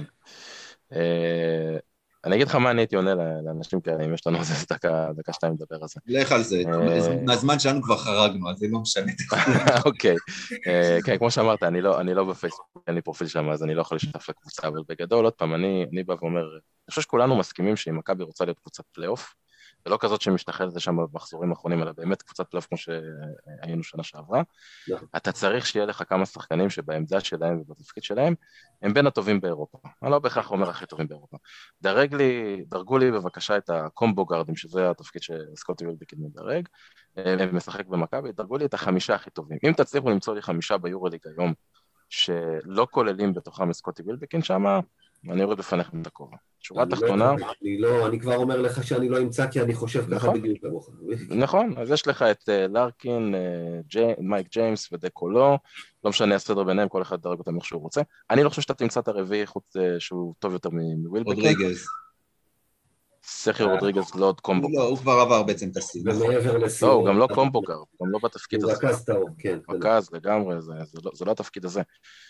אני אגיד לך מה אני הייתי עונה לאנשים כאלה, אם יש לנו איזה דקה שתיים לדבר על זה. לך על זה, מהזמן שלנו כבר חרגנו, אז זה לא משנה. אוקיי, כן, כמו שאמרת, אני לא בפייסבוק, אין לי פרופיל שם, אז אני לא יכול לשתף לקבוצה, אבל בגדול, עוד פעם, אני בא ואומר, אני חושב שכולנו מסכימים שאם מכבי רוצה להיות קבוצת פלייאוף, ולא כזאת שמשתחררת את זה שם במחזורים האחרונים, אלא באמת קבוצת פלייאוף כמו שהיינו שנה שעברה, אתה צריך שיהיה לך כמה שחקנים שבעמדה שלהם ובתפקיד שלהם, הם בין הטובים באירופה. אני לא בהכרח אומר הכי טובים באירופה. דרגו לי בבקשה את הקומבו גארדים, שזה התפקיד שסקוטי ווילבקין מדרג, ומשחק במכבי, דרגו לי את 5 הכי טובים. אם תצליחו למצוא לי 5 ביורוליג היום, שלא כוללים בתוכם את סקוטי ווילבקין שמה, אני אוריד בפניכם את הכובע. שורה תחתונה... אני כבר אומר לך שאני לא אמצא, כי אני חושב ככה בדיוק כמוך. נכון, אז יש לך את לארקין, מייק ג'יימס ודקולו, לא משנה הסדר ביניהם, כל אחד דרג אותם איך שהוא רוצה. אני לא חושב שאתה תמצא את הרביעי חוץ שהוא טוב יותר מווילבקין. רודריגז. סכי רודריגז לא עוד קומבו. לא, הוא כבר עבר בעצם את הסיר. לא, הוא גם לא קומבו גארד, הוא גם לא בתפקיד הזה. הוא רכז טהור, כן. רכז לגמרי, זה לא התפקיד הזה.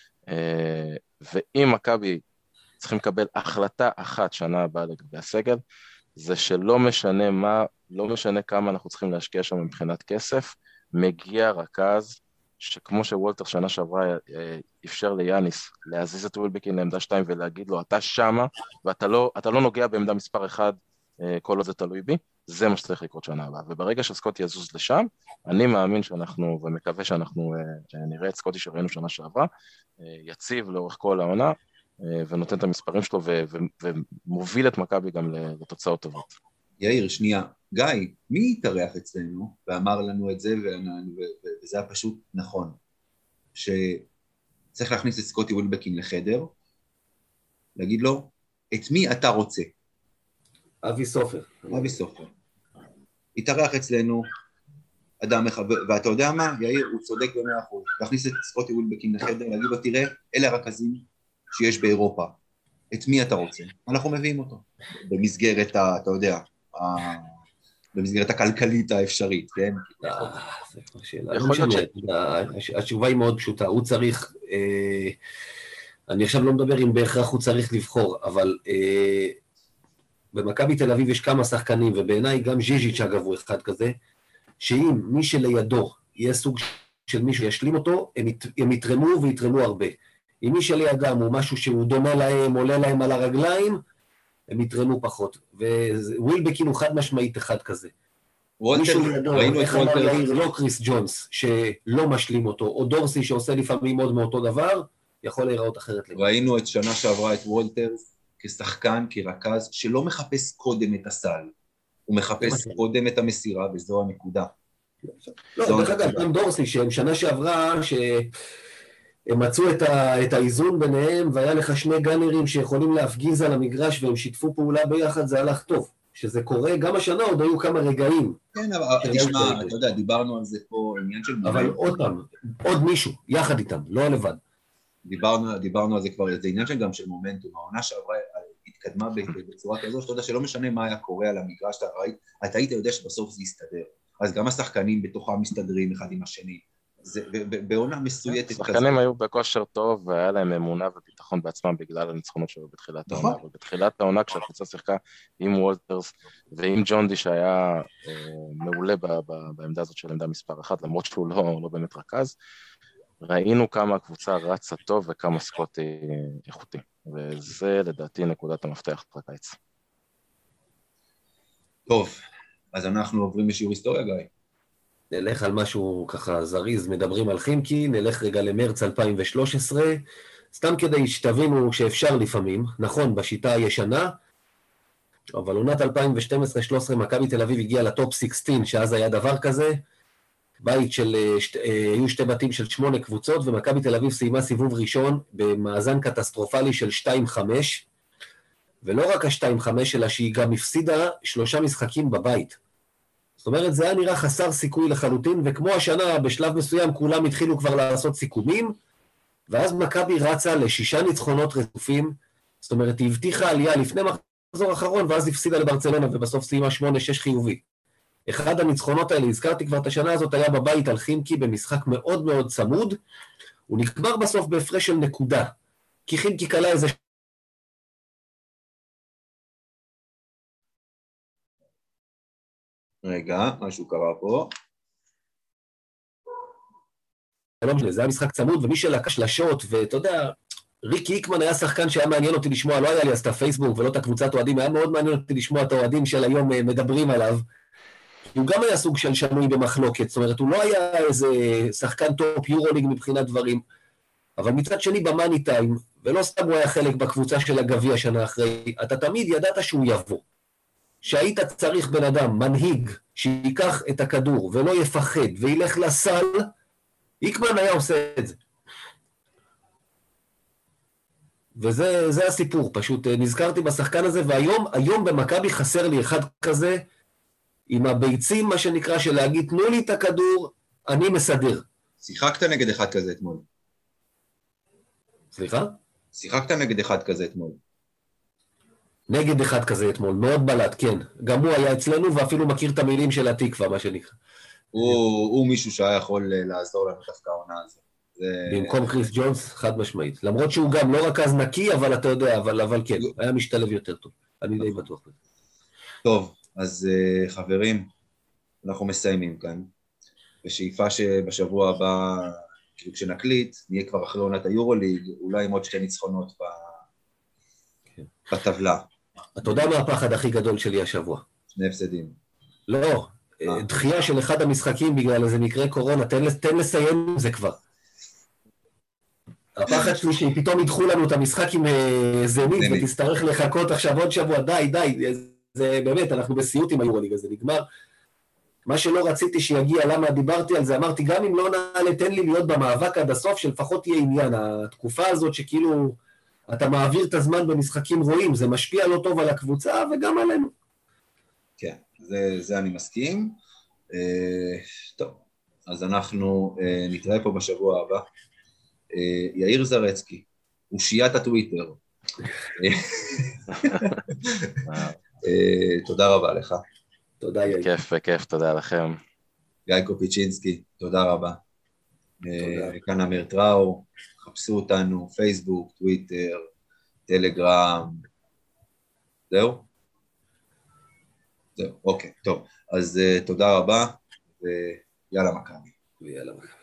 ואם מכבי צריכים לקבל החלטה אחת שנה הבאה לגבי הסגל, זה שלא משנה מה, לא משנה כמה אנחנו צריכים להשקיע שם מבחינת כסף, מגיע רכז, שכמו שוולטר שנה שעברה אפשר ליאניס להזיז את ווילבקין לעמדה 2 ולהגיד לו, אתה שמה, ואתה לא נוגע בעמדה מספר 1, כל עוד זה תלוי בי, זה מה שצריך לקרות שנה הבאה. וברגע שסקוטי יזוז לשם, אני מאמין שאנחנו, ומקווה שאנחנו נראה את סקוטי שראינו שנה שעברה, יציב לאורך כל העונה, ונותן את המספרים שלו, ומוביל את מכבי גם לתוצאות טובות. יאיר, שנייה, גיא, מי התארח אצלנו, ואמר לנו את זה, וזה היה פשוט נכון, שצריך להכניס את סקוטי ווילבקין לחדר, להגיד לו, את מי אתה רוצה? אבי סופר. אבי סופר. התארח אצלנו, אדם מחבר, ואתה יודע מה, יאיר, הוא צודק ב100%, להכניס את סקוטי ווילבקין לחדר, להגיד לו, תראה, אלה הרכזים שיש באירופה, את מי אתה רוצה? אנחנו מביאים אותו, במסגרת, אתה יודע, במסגרת הכלכלית האפשרית, כן? זה כבר שאלה. התשובה היא מאוד פשוטה, הוא צריך, אני עכשיו לא מדבר אם בהכרח הוא צריך לבחור, אבל במכבי תל אביב יש כמה שחקנים, ובעיניי גם ז'יז'יץ' אגב הוא אחד כזה, שאם מי שלידו יהיה סוג של מישהו ישלים אותו, הם יתרמו ויתרמו הרבה. אם מי שלידם הוא משהו שהוא דומה להם, עולה להם על הרגליים, הם יתרמו פחות. ווילבקין הוא חד משמעית אחד כזה. מישהו לידו, איך אמר יאיר, לא קריס ג'ונס, שלא משלים אותו, או דורסי שעושה לפעמים עוד מאותו דבר, יכול להיראות אחרת לגמרי. ראינו את שנה שעברה את וולטרס כשחקן, כרכז, שלא מחפש קודם את הסל, הוא מחפש קודם את המסירה, וזו הנקודה. לא, דרך אגב, גם דורסי, שהם שנה שעברה, הם מצאו את האיזון ביניהם, והיה לך 2 גאנרים שיכולים להפגיז על המגרש, והם שיתפו פעולה ביחד, זה הלך טוב. שזה קורה, גם השנה עוד היו כמה רגעים. כן, אבל תשמע, אתה יודע, דיברנו על זה פה, עניין של אבל עוד פעם, עוד מישהו, יחד איתם, לא לבד. דיברנו על זה כבר, זה עניין גם של מומנטום, העונה שעברה התקדמה בצורה כזו, שאתה יודע שלא משנה מה היה קורה על המגרש, אתה היית יודע שבסוף זה יסתדר, אז גם השחקנים בתוכם מסתדרים אחד עם השני, בעונה מסויטת כזה. השחקנים היו בכושר טוב, והיה להם אמונה וביטחון בעצמם בגלל הניצחונות שלו בתחילת העונה, אבל בתחילת העונה כשהקבוצה שיחקה עם וולטרס ועם ג'ונדי שהיה מעולה בעמדה הזאת של עמדה מספר 1, למרות שהוא לא באמת רכז, ראינו כמה הקבוצה רצה טוב וכמה סקוט איכותי, וזה לדעתי נקודת המפתח לקיץ. טוב, אז אנחנו עוברים לשיעור היסטוריה, גיא. נלך על משהו ככה זריז, מדברים על חימקי, נלך רגע למרץ 2013, סתם כדי שתבינו שאפשר לפעמים, נכון, בשיטה הישנה, אבל עונת 2012-13 מכבי תל אביב הגיעה לטופ 16, שאז היה דבר כזה, בית של, היו שתי בתים של 8 קבוצות, ומכבי תל אביב סיימה סיבוב ראשון במאזן קטסטרופלי של 2-5, ולא רק ה-2-5, אלא שהיא גם הפסידה 3 משחקים בבית. זאת אומרת, זה היה נראה חסר סיכוי לחלוטין, וכמו השנה, בשלב מסוים, כולם התחילו כבר לעשות סיכומים, ואז מכבי רצה ל6 ניצחונות רצופים, זאת אומרת, היא הבטיחה עלייה לפני מחזור אחרון, ואז הפסידה לברצלונה, ובסוף סיימה 8-6 חיובי. אחד הניצחונות האלה, הזכרתי כבר את השנה הזאת, היה בבית על חימקי במשחק מאוד מאוד צמוד, הוא נגמר בסוף בהפרש של נקודה, כי חימקי קלה איזה... רגע, משהו קרה פה. לא משנה, זה היה משחק צמוד, ומי שלקש לשוט, ואתה יודע, ריקי איקמן היה שחקן שהיה מעניין אותי לשמוע, לא היה לי אז את הפייסבוק ולא את הקבוצת אוהדים, היה מאוד מעניין אותי לשמוע את האוהדים של היום מדברים עליו, הוא גם היה סוג של שנוי במחלוקת, זאת אומרת, הוא לא היה איזה שחקן טופ יורוליג מבחינת דברים, אבל מצד שני במאני טיים, ולא סתם הוא היה חלק בקבוצה של הגביע שנה אחרי, אתה תמיד ידעת שהוא יבוא. שהיית צריך בן אדם, מנהיג, שיקח את הכדור ולא יפחד וילך לסל, איקמן היה עושה את זה. וזה הסיפור, פשוט נזכרתי בשחקן הזה, והיום במכבי חסר לי אחד כזה, עם הביצים, מה שנקרא, של להגיד, תנו לי את הכדור, אני מסדר. שיחקת נגד אחד כזה אתמול. סליחה? שיחקת נגד אחד כזה אתמול. נגד אחד כזה אתמול, מאוד בלט, כן. גם הוא היה אצלנו, ואפילו מכיר את המילים של התקווה, מה שנקרא. הוא מישהו שהיה יכול לעזור לנו דווקא העונה הזו. במקום קריס ג'ונס, חד משמעית. למרות שהוא גם לא רכז נקי, אבל אתה יודע, אבל כן, היה משתלב יותר טוב. אני די בטוח. טוב, אז חברים, אנחנו מסיימים כאן. בשאיפה שבשבוע הבא, כאילו כשנקליט, נהיה כבר אחרי עונת היורוליג, אולי עם עוד 2 ניצחונות בטבלה. אתה יודע מה הפחד הכי גדול שלי השבוע? 2 הפסדים. לא, דחייה של אחד המשחקים בגלל איזה מקרה קורונה, תן לסיים עם זה כבר. הפחד שלי שפתאום ידחו לנו את המשחק עם זנית, ותצטרך לחכות עכשיו עוד שבוע, די, זה באמת, אנחנו בסיוט עם היורוליג הזה, נגמר. מה שלא רציתי שיגיע, למה דיברתי על זה, אמרתי, גם אם לא נעלה, תן לי להיות במאבק עד הסוף, שלפחות יהיה עניין. התקופה הזאת שכאילו, אתה מעביר את הזמן במשחקים רואים, זה משפיע לא טוב על הקבוצה וגם עלינו. כן, זה אני מסכים. טוב, אז אנחנו נתראה פה בשבוע הבא. יאיר זרצקי, אושיית הטוויטר. תודה רבה לך. תודה יאיר. בכיף, תודה לכם. גיא קופיצ'ינסקי, תודה רבה. כאן אמיר טראור, חפשו אותנו, פייסבוק, טוויטר, טלגרם. זהו, אוקיי, טוב. אז תודה רבה, ויאללה מכבי. ויאללה מכבי.